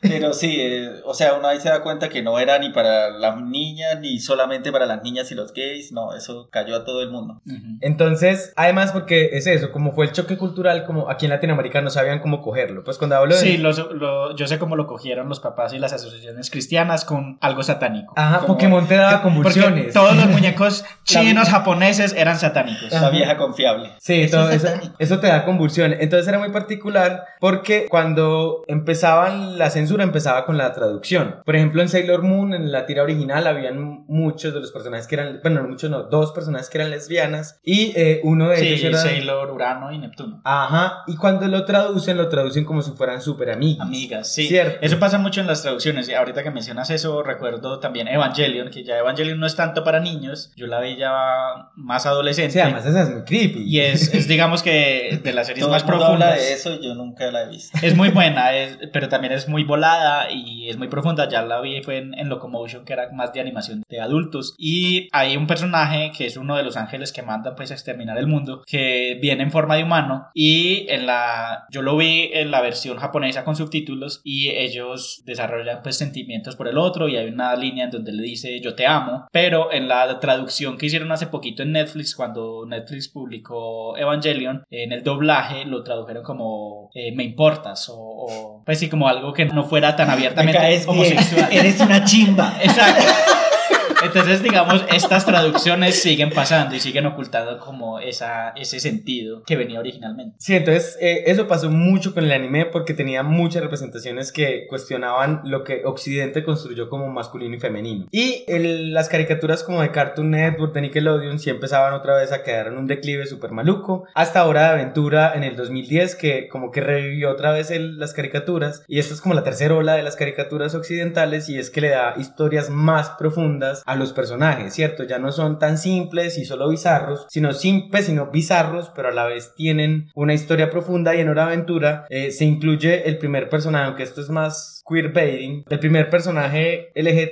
Speaker 3: Pero sí, o sea, uno ahí se da cuenta que no era ni para las niñas, ni solamente para las niñas y los gays, no, eso cayó a todo el mundo.
Speaker 4: Entonces, además porque es eso, como fue el choque cultural, como aquí en Latinoamérica no sabían cómo cogerlo. Pues cuando hablo de...
Speaker 2: Sí, yo sé cómo lo cogieron los papás y las asociaciones cristianas con algo satánico.
Speaker 4: Ajá,
Speaker 3: Como-
Speaker 4: Pokémon te daba
Speaker 2: Porque
Speaker 4: convulsiones.
Speaker 2: todos los muñecos chinos, japoneses eran satánicos.
Speaker 3: La vieja confiable.
Speaker 4: Sí, todo eso te da convulsiones. Entonces era muy particular porque cuando empezaban la censura empezaba con la traducción. Por ejemplo, en Sailor Moon, en la tira original, habían muchos de los personajes que eran, bueno, muchos no, 2 personajes que eran lesbianas y uno de ellos
Speaker 2: Sí,
Speaker 4: era...
Speaker 2: Sailor, Urano y Neptuno.
Speaker 4: Ajá, y cuando lo traducen como si fueran súper amigas.
Speaker 2: Amigas, sí.
Speaker 4: Cierto.
Speaker 2: Eso pasa mucho en las traducciones. Y ahorita que mencionas eso, recuerdo también Evangelion, que ya Evangelion no es tanto para niños. Yo la vi ya más adolescente.
Speaker 4: Sí, además esa es muy creepy.
Speaker 2: Y es digamos que de las series
Speaker 3: Todo
Speaker 2: más
Speaker 3: el mundo habla
Speaker 2: profundas.
Speaker 3: de eso y yo nunca la he visto.
Speaker 2: Es muy buena, pero también es muy volada y es muy profunda. Ya la vi, fue en Locomotion, que era más de animación de adultos. Y hay un personaje que es uno de los ángeles que mandan pues a exterminar el mundo, que viene en forma de humano. Y yo lo vi en la versión japonesa con subtítulos y ellos desarrollan pues sentimientos por el otro y hay una línea en donde le dice yo te amo. Pero en la traducción que hicieron hace poquito en Netflix, cuando Netflix publicó Evangelion, en el doblaje lo tradujeron como me importas o pues sí, como algo que no fuera tan abiertamente homosexual.
Speaker 8: Eres una chimba.
Speaker 2: Exacto. Entonces, digamos, estas traducciones siguen pasando y siguen ocultando como ese sentido que venía originalmente.
Speaker 4: Sí, entonces eso pasó mucho con el anime porque tenía muchas representaciones que cuestionaban lo que Occidente construyó como masculino y femenino. Y las caricaturas como de Cartoon Network, de Nickelodeon, sí empezaban otra vez a quedar en un declive súper maluco. Hasta Hora de Aventura en el 2010 que como que revivió otra vez las caricaturas. Y esta es como la tercera ola de las caricaturas occidentales y es que le da historias más profundas a los personajes, ¿cierto? Ya no son tan simples y solo bizarros, sino bizarros, pero a la vez tienen una historia profunda. Y en Hora de Aventura se incluye el primer personaje, aunque esto es más queerbaiting, el primer personaje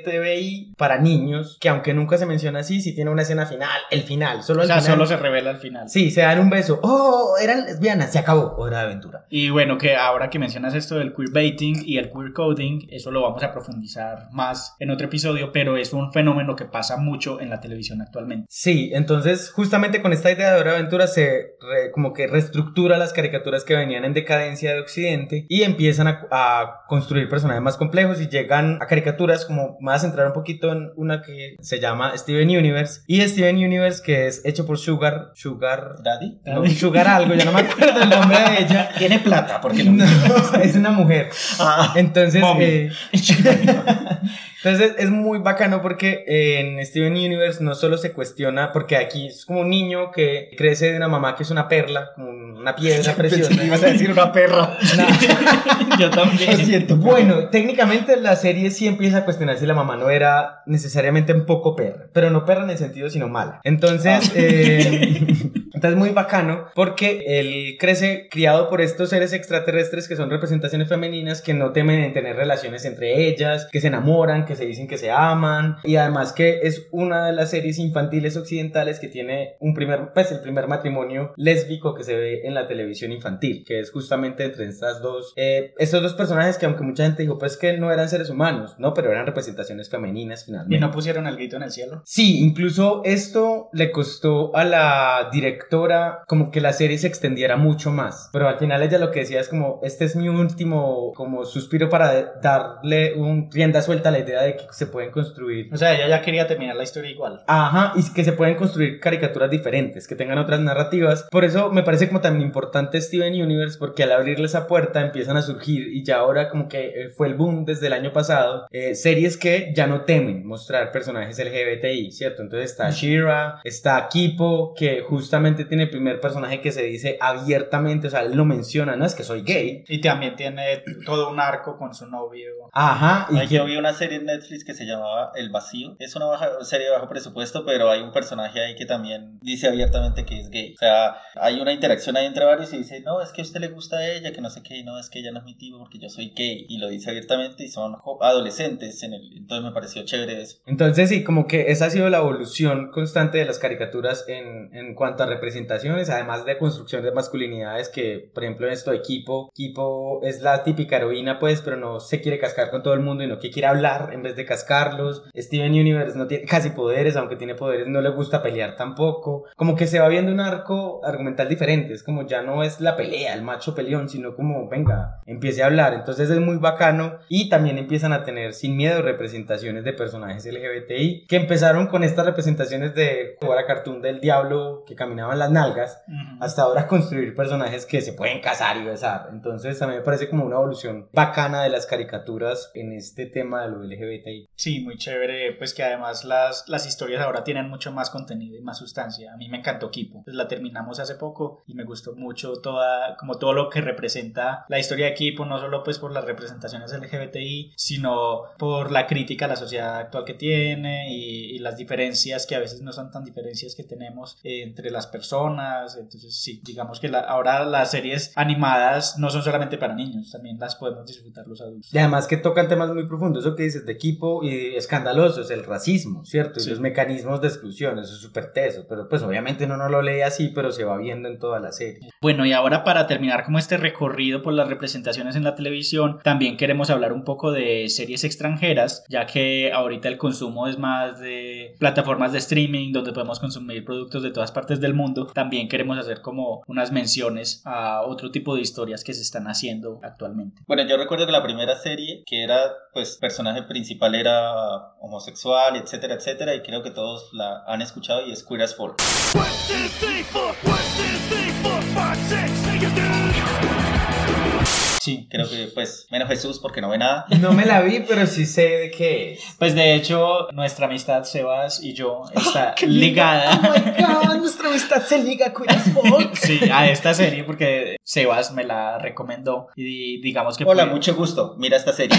Speaker 4: LGTBI para niños, que aunque nunca se menciona así, sí tiene una escena final, el final, solo
Speaker 2: O
Speaker 4: al
Speaker 2: sea,
Speaker 4: final.
Speaker 2: solo se revela al final.
Speaker 4: Sí, se dan un beso. ¡Oh! Eran lesbianas, se acabó Hora de Aventura.
Speaker 2: Y bueno, que ahora que mencionas esto del queerbaiting y el queer coding, eso lo vamos a profundizar más en otro episodio, pero es un fenómeno que pasa mucho en la televisión actualmente.
Speaker 4: Sí, entonces justamente con esta idea de Hora de Aventura como que reestructura las caricaturas que venían en decadencia de Occidente y empiezan a construir personajes más complejos y llegan a caricaturas como me voy a centrar un poquito en una que se llama Steven Universe, y Steven Universe que es hecho por Sugar
Speaker 3: ¿Daddy?
Speaker 4: no, Sugar algo, ya no me acuerdo el nombre de ella.
Speaker 8: Tiene plata, porque
Speaker 4: No, es una mujer. Entonces,
Speaker 2: Mommy.
Speaker 4: entonces es muy bacano porque en Steven Universe no solo se cuestiona, porque aquí es como un niño que crece de una mamá que es una perla, como una piedra preciosa.
Speaker 8: ibas a decir una perra.
Speaker 2: Yo también.
Speaker 8: Lo siento.
Speaker 4: Bueno, técnicamente la serie sí empieza a cuestionar si la mamá no era necesariamente un poco perra, pero no perra en el sentido sino mala. Entonces, entonces muy bacano porque él crece criado por estos seres extraterrestres que son representaciones femeninas que no temen en tener relaciones entre ellas, que se enamoran, que se dicen que se aman, y además que es una de las series infantiles occidentales que tiene el primer matrimonio lésbico que se ve en la televisión infantil, que es justamente entre estos dos personajes que aunque mucha gente dijo pues que no eran seres humanos, no, pero eran representaciones femeninas finalmente.
Speaker 2: ¿Y no pusieron el grito en el cielo?
Speaker 4: Sí, incluso esto le costó a la directora como que la serie se extendiera mucho más, pero al final ella lo que decía es como este es mi último como suspiro para darle rienda suelta a la idea de que se pueden construir.
Speaker 2: O sea, ella ya quería terminar la historia igual.
Speaker 4: Ajá, y que se pueden construir caricaturas diferentes, que tengan otras narrativas. Por eso me parece como tan importante Steven Universe, porque al abrirle esa puerta empiezan a surgir, y ya ahora como que fue el boom desde el año pasado, series que ya no temen mostrar personajes LGBTI, ¿cierto? Entonces está She-Ra, está Kipo, que justamente tiene el primer personaje que se dice abiertamente, o sea, él lo menciona, no es que soy gay.
Speaker 2: Y también tiene todo un arco con su novio.
Speaker 4: Ajá, y
Speaker 3: Yo vi una serie en Netflix que se llamaba El Vacío. Es una serie de bajo presupuesto, pero hay un personaje ahí que también dice abiertamente que es gay. O sea, hay una interacción ahí entre varios y dice, no, es que a usted le gusta a ella, que no sé qué, y no, es que ella no es mi tipo porque yo soy gay. Y lo dice abiertamente y son adolescentes. Entonces me pareció chévere eso.
Speaker 4: Entonces sí, como que esa ha sido la evolución constante de las caricaturas en cuanto a representaciones, además de construcción de masculinidades, que por ejemplo en esto de Kipo es la típica heroína pues, pero no se quiere cascar con todo el mundo, sino que quiere hablar en vez de cascarlos. Steven Universe no tiene casi poderes, aunque tiene poderes no le gusta pelear tampoco, como que se va viendo un arco argumental diferente, es como ya no es la pelea, el macho peleón, sino como venga, empiece a hablar. Entonces es muy bacano, y también empiezan a tener sin miedo representaciones de personajes LGBTI, que empezaron con estas representaciones de jugar a cartoon del diablo que caminaban las nalgas, hasta ahora construir personajes que se pueden casar y besar. Entonces a mí me parece como una evolución bacana de las caricaturas en este tema de lo LGBTI.
Speaker 2: Sí, muy chévere, pues que además las historias ahora tienen mucho más contenido y más sustancia. A mí me encantó Kipo, pues la terminamos hace poco y me gustó mucho todo lo que representa la historia de Kipo, no solo pues por las representaciones LGBTI, sino por la crítica a la sociedad actual que tiene y las diferencias que a veces no son tan diferencias que tenemos entre las personas. Entonces sí, digamos que ahora las series animadas no son solamente para niños, también las podemos disfrutar los adultos.
Speaker 4: Y además que tocan temas muy profundos, eso que dices de Kipo y escandaloso, es el racismo, ¿cierto? Y
Speaker 2: sí,
Speaker 4: los mecanismos de exclusión, eso es súper teso, pero pues obviamente uno no lo lee así, pero se va viendo en toda la serie.
Speaker 2: Bueno, y ahora para terminar como este recorrido por las representaciones en la televisión, también queremos hablar un poco de series extranjeras, ya que ahorita el consumo es más de plataformas de streaming donde podemos consumir productos de todas partes del mundo. También queremos hacer como unas menciones a otro tipo de historias que se están haciendo actualmente.
Speaker 3: Bueno, yo recuerdo que la primera serie, que era, pues, personaje principal era homosexual, etcétera, etcétera, y creo que todos la han escuchado, y es Queer as Folk.
Speaker 2: Sí,
Speaker 3: creo que, pues, menos Jesús porque no ve nada.
Speaker 4: No me la vi, pero sí sé de qué es.
Speaker 2: Pues de hecho, nuestra amistad, Sebas y yo, está ligada.
Speaker 4: Oh my God, nuestra amistad se liga a Queer as Folk.
Speaker 2: Sí, a esta serie porque Sebas me la recomendó y digamos que
Speaker 3: Hola, mucho gusto, mira esta serie.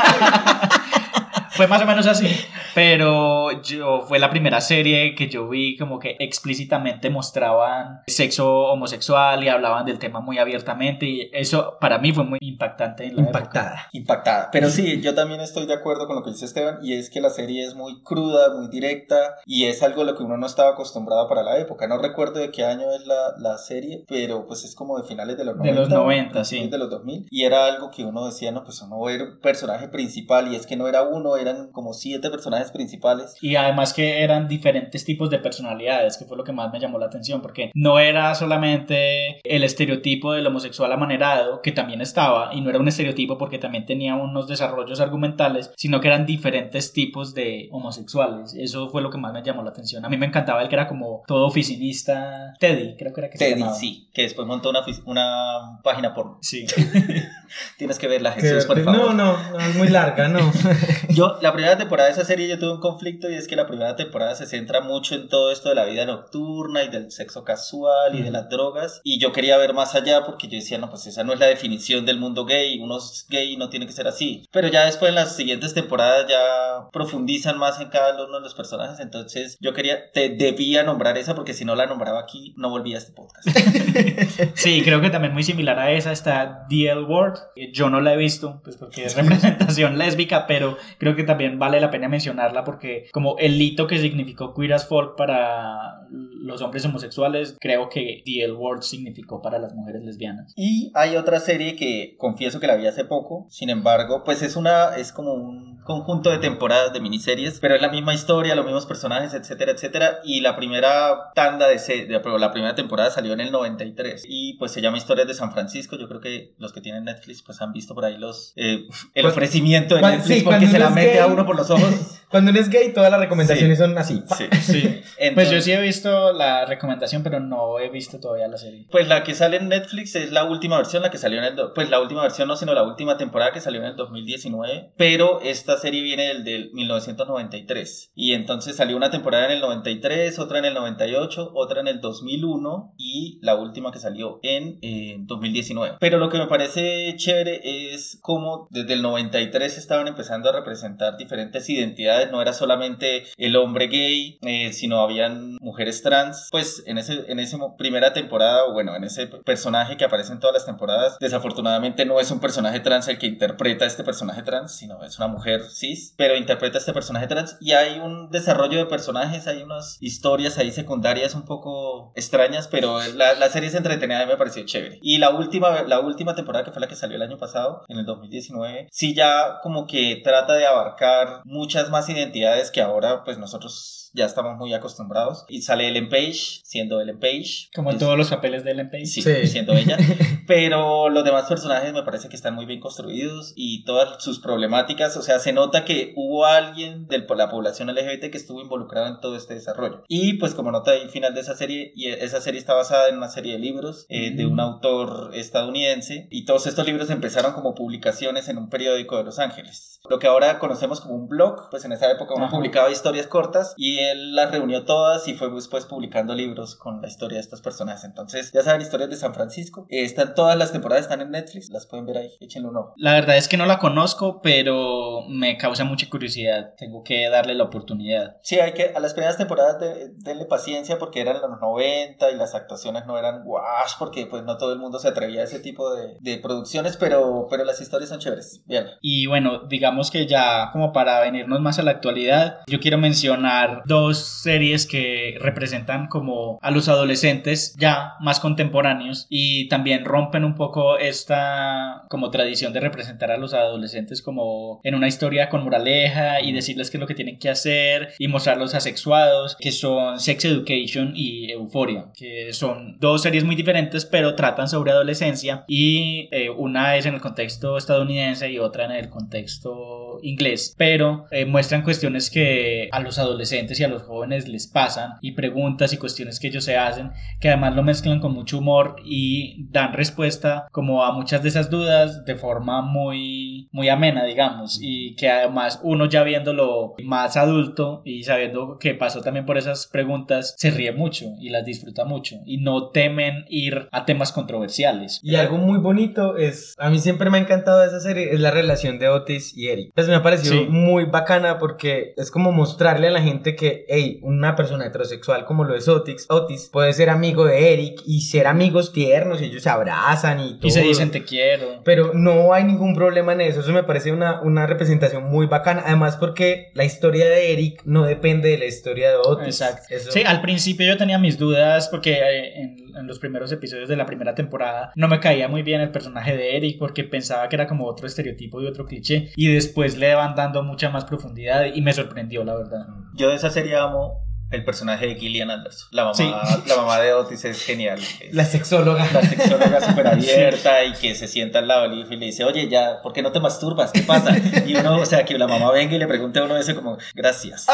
Speaker 2: Fue más o menos así, pero fue la primera serie que yo vi como que explícitamente mostraban sexo homosexual y hablaban del tema muy abiertamente, y eso para mí fue muy impactante en la época.
Speaker 3: Impactada. Pero sí, yo también estoy de acuerdo con lo que dice Esteban, y es que la serie es muy cruda, muy directa, y es algo a lo que uno no estaba acostumbrado para la época. No recuerdo de qué año es la serie, pero pues es como de finales de los 90.
Speaker 2: De los 90, sí.
Speaker 3: De los 2000, y era algo que uno decía, no, pues uno era un personaje principal, y es que no era uno, eran como 7 personajes principales.
Speaker 2: Y además que eran diferentes tipos de personalidades, que fue lo que más me llamó la atención, porque no era solamente el estereotipo del homosexual amanerado, que también estaba, y no era un estereotipo porque también tenía unos desarrollos argumentales, sino que eran diferentes tipos de homosexuales. Eso fue lo que más me llamó la atención. A mí me encantaba el que era como todo oficinista, Teddy, creo que era que
Speaker 3: Teddy,
Speaker 2: se llamaba.
Speaker 3: sí, que después montó una página porno.
Speaker 2: Sí.
Speaker 3: Tienes que verla, Jesús, por favor.
Speaker 4: No, es muy larga, no.
Speaker 3: Yo, la primera temporada de esa serie yo tuve un conflicto, y es que la primera temporada se centra mucho en todo esto de la vida nocturna y del sexo casual y de las drogas, y yo quería ver más allá porque yo decía, no, pues esa no es la definición del mundo gay, uno es gay y no tiene que ser así. Pero ya después en las siguientes temporadas ya profundizan más en cada uno de los personajes, entonces yo debía nombrar esa, porque si no la nombraba aquí no volvía a este podcast.
Speaker 2: Sí, creo que también muy similar a esa está The L Word. Yo no la he visto, pues porque es representación lésbica, pero creo que también vale la pena mencionarla porque como el hito que significó Queer as Folk para los hombres homosexuales, creo que The L Word significó para las mujeres lesbianas.
Speaker 3: Y hay otra serie que confieso que la vi hace poco, sin embargo, pues es como un conjunto de temporadas de miniseries, pero es la misma historia, los mismos personajes, etcétera, etcétera, y la primera tanda la primera temporada salió en el 93, y pues se llama Historias de San Francisco. Yo creo que los que tienen Netflix pues han visto por ahí el ofrecimiento de Netflix, porque se la mete a uno por los ojos.
Speaker 4: Cuando uno es gay, todas las recomendaciones son así.
Speaker 2: Sí.
Speaker 3: Entonces,
Speaker 2: pues yo sí he visto la recomendación, pero no he visto todavía la serie.
Speaker 3: Pues la que sale en Netflix es la última versión, la que salió pues la última versión no, sino la última temporada, que salió en el 2019, pero esta serie viene del 1993, y entonces salió una temporada en el 93, otra en el 98, otra en el 2001 y la última que salió en 2019. Pero lo que me parece chévere es cómo desde el 93 estaban empezando a representar diferentes identidades comunidad no era solamente el hombre gay, sino habían mujeres trans. Pues en ese primera temporada, o bueno, en ese personaje que aparece en todas las temporadas, desafortunadamente no es un personaje trans el que interpreta a este personaje trans, sino es una mujer cis, pero interpreta a este personaje trans, y hay un desarrollo de personajes, hay unas historias ahí secundarias un poco extrañas, pero la serie es entretenida y me pareció chévere. Y la última temporada, que fue la que salió el año pasado, en el 2019, sí ya como que trata de abarcar muchas más identidades que ahora pues nosotros ya estamos muy acostumbrados. Y sale Ellen Page, siendo Ellen Page.
Speaker 2: Como en todos los papeles de Ellen Page.
Speaker 3: Sí, siendo ella. Pero los demás personajes me parece que están muy bien construidos y todas sus problemáticas, o sea, se nota que hubo alguien de la población LGBT que estuvo involucrado en todo este desarrollo. Y pues como nota ahí final de esa serie, y esa serie está basada en una serie de libros de un autor estadounidense, y todos estos libros empezaron como publicaciones en un periódico de Los Ángeles. Lo que ahora conocemos como un blog, pues en esa época uno publicaba historias cortas y él las reunió todas y fue después publicando libros con la historia de estos personajes. Entonces, ya saben, Historias de San Francisco. Están todas las temporadas, están en Netflix, las pueden ver ahí, échenle un ojo.
Speaker 2: La verdad es que no la conozco, pero me causa mucha curiosidad. Tengo que darle la oportunidad.
Speaker 3: Sí, a las primeras temporadas denle paciencia porque eran los 90 y las actuaciones no eran guash, porque pues no todo el mundo se atrevía a ese tipo de producciones, pero las historias son chéveres. Bien.
Speaker 2: Y bueno, digamos que ya como para venirnos más a la actualidad, yo quiero mencionar dos series que representan como a los adolescentes ya más contemporáneos y también rompen un poco esta como tradición de representar a los adolescentes como en una historia con moraleja y decirles qué es lo que tienen que hacer y mostrarlos asexuados, que son Sex Education y Euphoria, que son dos series muy diferentes pero tratan sobre adolescencia, y una es en el contexto estadounidense y otra en el contexto inglés, pero muestran cuestiones que a los adolescentes y a los jóvenes les pasan y preguntas y cuestiones que ellos se hacen, que además lo mezclan con mucho humor y dan respuesta como a muchas de esas dudas de forma muy, muy amena, digamos, y que además uno ya viéndolo más adulto y sabiendo que pasó también por esas preguntas se ríe mucho y las disfruta mucho y no temen ir a temas controversiales.
Speaker 4: Y algo muy bonito es, a mí siempre me ha encantado esa serie, es la relación de Otis y Eric. Pues me ha parecido muy bacana porque es como mostrarle a la gente que, hey, una persona heterosexual como lo es Otis puede ser amigo de Eric y ser amigos tiernos y ellos se abrazan y todo.
Speaker 2: Y se dicen te quiero.
Speaker 4: Pero no hay ningún problema en eso. Eso me parece una representación muy bacana. Además porque la historia de Eric no depende de la historia de Otis.
Speaker 2: Exacto.
Speaker 4: Eso...
Speaker 2: Sí, al principio yo tenía mis dudas porque en los primeros episodios de la primera temporada no me caía muy bien el personaje de Eric porque pensaba que era como otro estereotipo y otro cliché, y después le van dando mucha más profundidad y me sorprendió, la verdad.
Speaker 3: Yo de esa serie amo el personaje de Gillian Anderson. La mamá de Otis es genial.
Speaker 4: La sexóloga
Speaker 3: súper abierta y que se sienta al lado del hijo y le dice, oye, ya, ¿por qué no te masturbas? ¿Qué pasa? Y uno, o sea, que la mamá venga y le pregunte a uno eso como, gracias.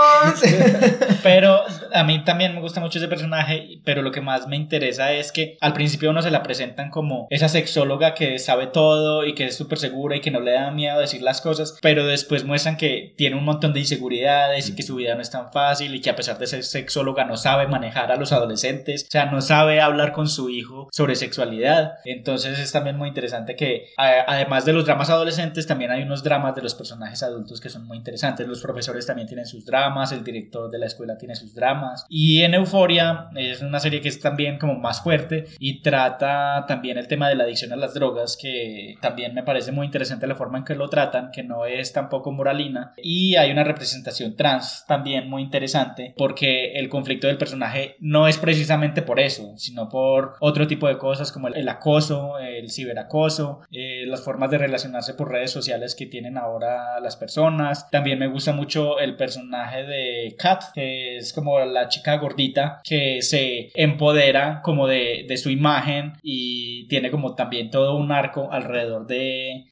Speaker 2: Pero a mí también me gusta mucho ese personaje, pero lo que más me interesa es que al principio uno se la presentan como esa sexóloga que sabe todo y que es súper segura y que no le da miedo decir las cosas, pero después muestran que tiene un montón de inseguridades y que su vida no es tan fácil y que a pesar de ser sexóloga no sabe manejar a los adolescentes, o sea, no sabe hablar con su hijo sobre sexualidad. Entonces es también muy interesante que además de los dramas adolescentes también hay unos dramas de los personajes adultos que son muy interesantes. Los profesores también tienen sus dramas, el director de la escuela tiene sus dramas, y en Euphoria es una serie que es también como más fuerte y trata también el tema de la adicción a las drogas, que también me parece muy interesante la forma en que lo tratan, que no es tampoco moralina, y hay una representación trans también muy interesante porque el conflicto del personaje no es precisamente por eso, sino por otro tipo de cosas como el acoso, el ciberacoso, las formas de relacionarse por redes sociales que tienen ahora las personas. También me gusta mucho el personaje de Kat, que es como la chica gordita que se empodera como de su imagen y tiene como también todo un arco alrededor de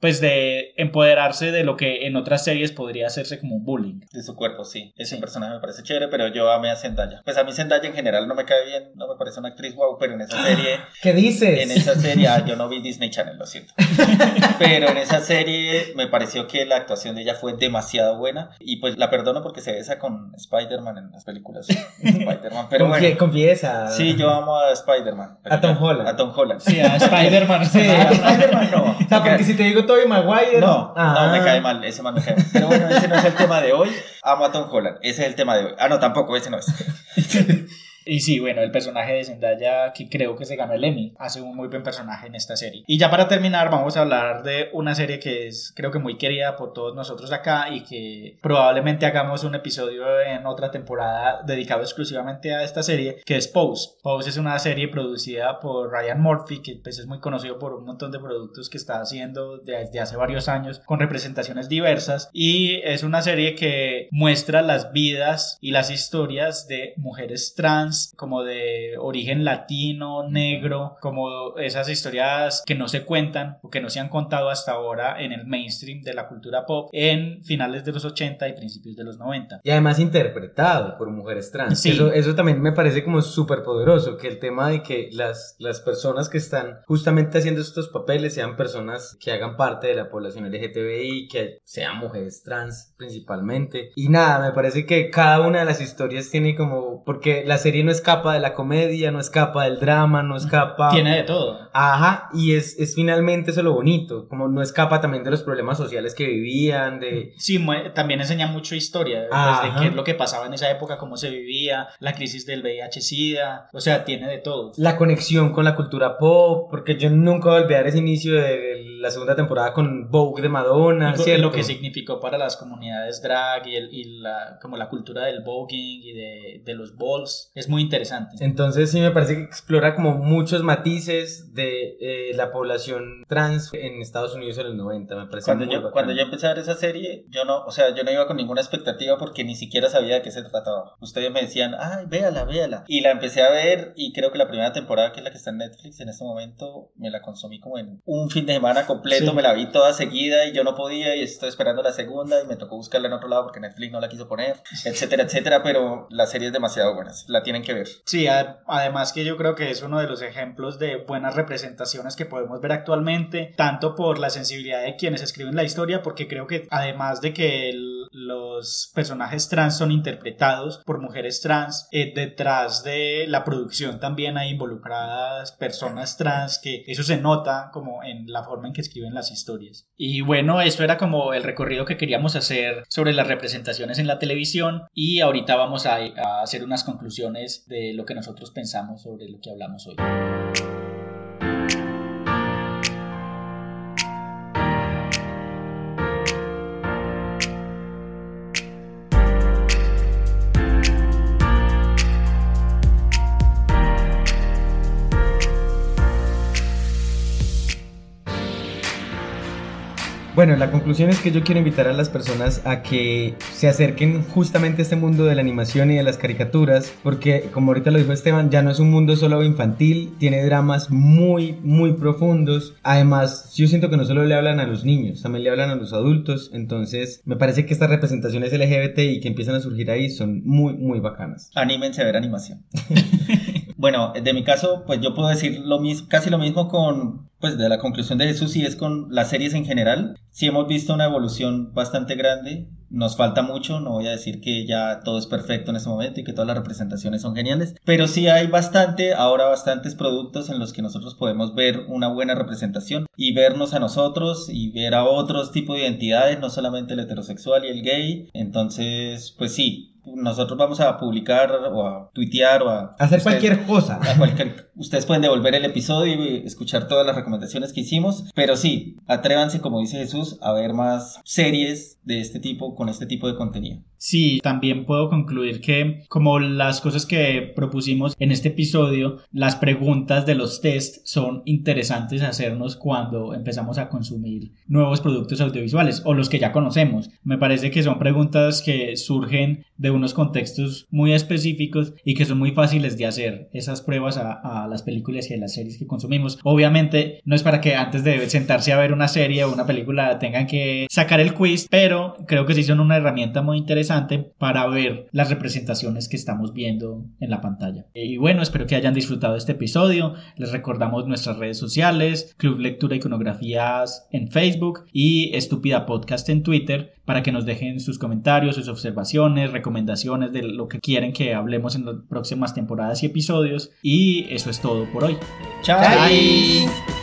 Speaker 2: empoderarse de lo que en otras series podría hacerse como un bullying.
Speaker 3: De su cuerpo, sí. Ese personaje me parece chévere, pero pero yo amé a Zendaya. Pues a mí Zendaya en general no me cae bien, no me parece una actriz guau, pero en esa serie...
Speaker 4: ¿Qué dices?
Speaker 3: En esa serie, yo no vi Disney Channel, lo siento. Pero en esa serie me pareció que la actuación de ella fue demasiado buena. Y pues la perdono porque se besa con Spider-Man en las películas de Spider-Man. Pero bueno.
Speaker 4: Confiesa.
Speaker 3: Sí, yo amo a Spider-Man.
Speaker 4: A Tom Holland.
Speaker 3: A Tom Holland.
Speaker 2: Sí, a Spider-Man.
Speaker 4: Sí,
Speaker 3: A Spider-Man no.
Speaker 4: O sea, porque si te digo Tobey Maguire...
Speaker 3: No, me cae mal, ese man me cae mal. Pero bueno, ese no es el tema de hoy. Amo a Tom Holland, ese es el tema de hoy. No, tampoco, ese no es.
Speaker 2: Y sí, bueno, el personaje de Zendaya, que creo que se ganó el Emmy, hace un muy buen personaje en esta serie. Y ya para terminar, vamos a hablar de una serie que es, creo que muy querida por todos nosotros acá y que probablemente hagamos un episodio en otra temporada dedicado exclusivamente a esta serie, que es Pose. Pose es una serie producida por Ryan Murphy, que pues es muy conocido por un montón de productos que está haciendo desde hace varios años con representaciones diversas, y es una serie que muestra las vidas y las historias de mujeres trans, como de origen latino, negro, como esas historias que no se cuentan o que no se han contado hasta ahora en el mainstream de la cultura pop en finales de los 80 y principios de los 90.
Speaker 4: Y además interpretado por mujeres trans.
Speaker 2: Sí.
Speaker 4: Eso también me parece como súper poderoso, que el tema de que las personas que están justamente haciendo estos papeles sean personas que hagan parte de la población LGTBI, que sean mujeres trans principalmente. Y nada, me parece que cada una de las historias tiene como... Porque la serie no escapa de la comedia, no escapa del drama, no escapa...
Speaker 2: Tiene de todo.
Speaker 4: Ajá, y es finalmente eso lo bonito, como no escapa también de los problemas sociales que vivían, de...
Speaker 2: Sí, también enseña mucho historia, pues, de qué es lo que pasaba en esa época, cómo se vivía, la crisis del VIH-Sida, o sea, tiene de todo.
Speaker 4: La conexión con la cultura pop, porque yo nunca voy a olvidar ese inicio de la segunda temporada con Vogue de Madonna,
Speaker 2: Y
Speaker 4: ¿cierto?
Speaker 2: lo que significó para las comunidades drag como la cultura del voguing y de los balls, es muy interesante.
Speaker 4: Entonces sí me parece que explora como muchos matices de la población trans en Estados Unidos en los 90, me parece muy bacano.
Speaker 3: Cuando yo empecé a ver esa serie, yo no iba con ninguna expectativa porque ni siquiera sabía de qué se trataba. Ustedes me decían, ay, véala. Y la empecé a ver y creo que la primera temporada, que es la que está en Netflix en este momento, me la consumí como en un fin de semana completo, sí. Me la vi toda seguida y yo no podía y estoy esperando la segunda y me tocó buscarla en otro lado porque Netflix no la quiso poner, etcétera, pero la serie es demasiado buena, la tienen que ver.
Speaker 2: Sí, además que yo creo que es uno de los ejemplos de buenas representaciones que podemos ver actualmente, tanto por la sensibilidad de quienes escriben la historia, porque creo que además de que los personajes trans son interpretados por mujeres trans, detrás de la producción también hay involucradas personas trans, que eso se nota como en la forma en que escriben las historias. Y bueno, esto era como el recorrido que queríamos hacer sobre las representaciones en la televisión, y ahorita vamos a hacer unas conclusiones de lo que nosotros pensamos sobre lo que hablamos hoy.
Speaker 4: Bueno, la conclusión es que yo quiero invitar a las personas a que se acerquen justamente a este mundo de la animación y de las caricaturas, porque como ahorita lo dijo Esteban, ya no es un mundo solo infantil, tiene dramas muy, muy profundos. Además, yo siento que no solo le hablan a los niños, también le hablan a los adultos, entonces me parece que estas representaciones LGBTI que empiezan a surgir ahí son muy, muy bacanas.
Speaker 3: Anímense a ver animación. Bueno, de mi caso, pues yo puedo decir casi lo mismo con, pues de la conclusión de Jesús, y es con las series en general. Sí hemos visto una evolución bastante grande, nos falta mucho, no voy a decir que ya todo es perfecto en este momento y que todas las representaciones son geniales, pero sí hay bastantes productos en los que nosotros podemos ver una buena representación y vernos a nosotros y ver a otros tipos de identidades, no solamente el heterosexual y el gay. Entonces, pues sí, nosotros vamos a publicar o a tuitear o a
Speaker 4: hacer cualquier cosa.
Speaker 3: Ustedes pueden devolver el episodio y escuchar todas las recomendaciones que hicimos, pero sí, atrévanse, como dice Jesús, a ver más series de este tipo, con este tipo de contenido.
Speaker 2: Sí, también puedo concluir que como las cosas que propusimos en este episodio, las preguntas de los test son interesantes hacernos cuando empezamos a consumir nuevos productos audiovisuales o los que ya conocemos. Me parece que son preguntas que surgen de unos contextos muy específicos y que son muy fáciles de hacer esas pruebas a las películas y a las series que consumimos. Obviamente no es para que antes de sentarse a ver una serie o una película tengan que sacar el quiz, pero creo que sí son una herramienta muy interesante para ver las representaciones que estamos viendo en la pantalla. Y bueno, espero que hayan disfrutado este episodio. Les recordamos nuestras redes sociales, Club Lectura Iconografías en Facebook y Estúpida Podcast en Twitter, para que nos dejen sus comentarios, sus observaciones, recomendaciones de lo que quieren que hablemos en las próximas temporadas y episodios. Y eso es todo por hoy.
Speaker 3: ¡Chao!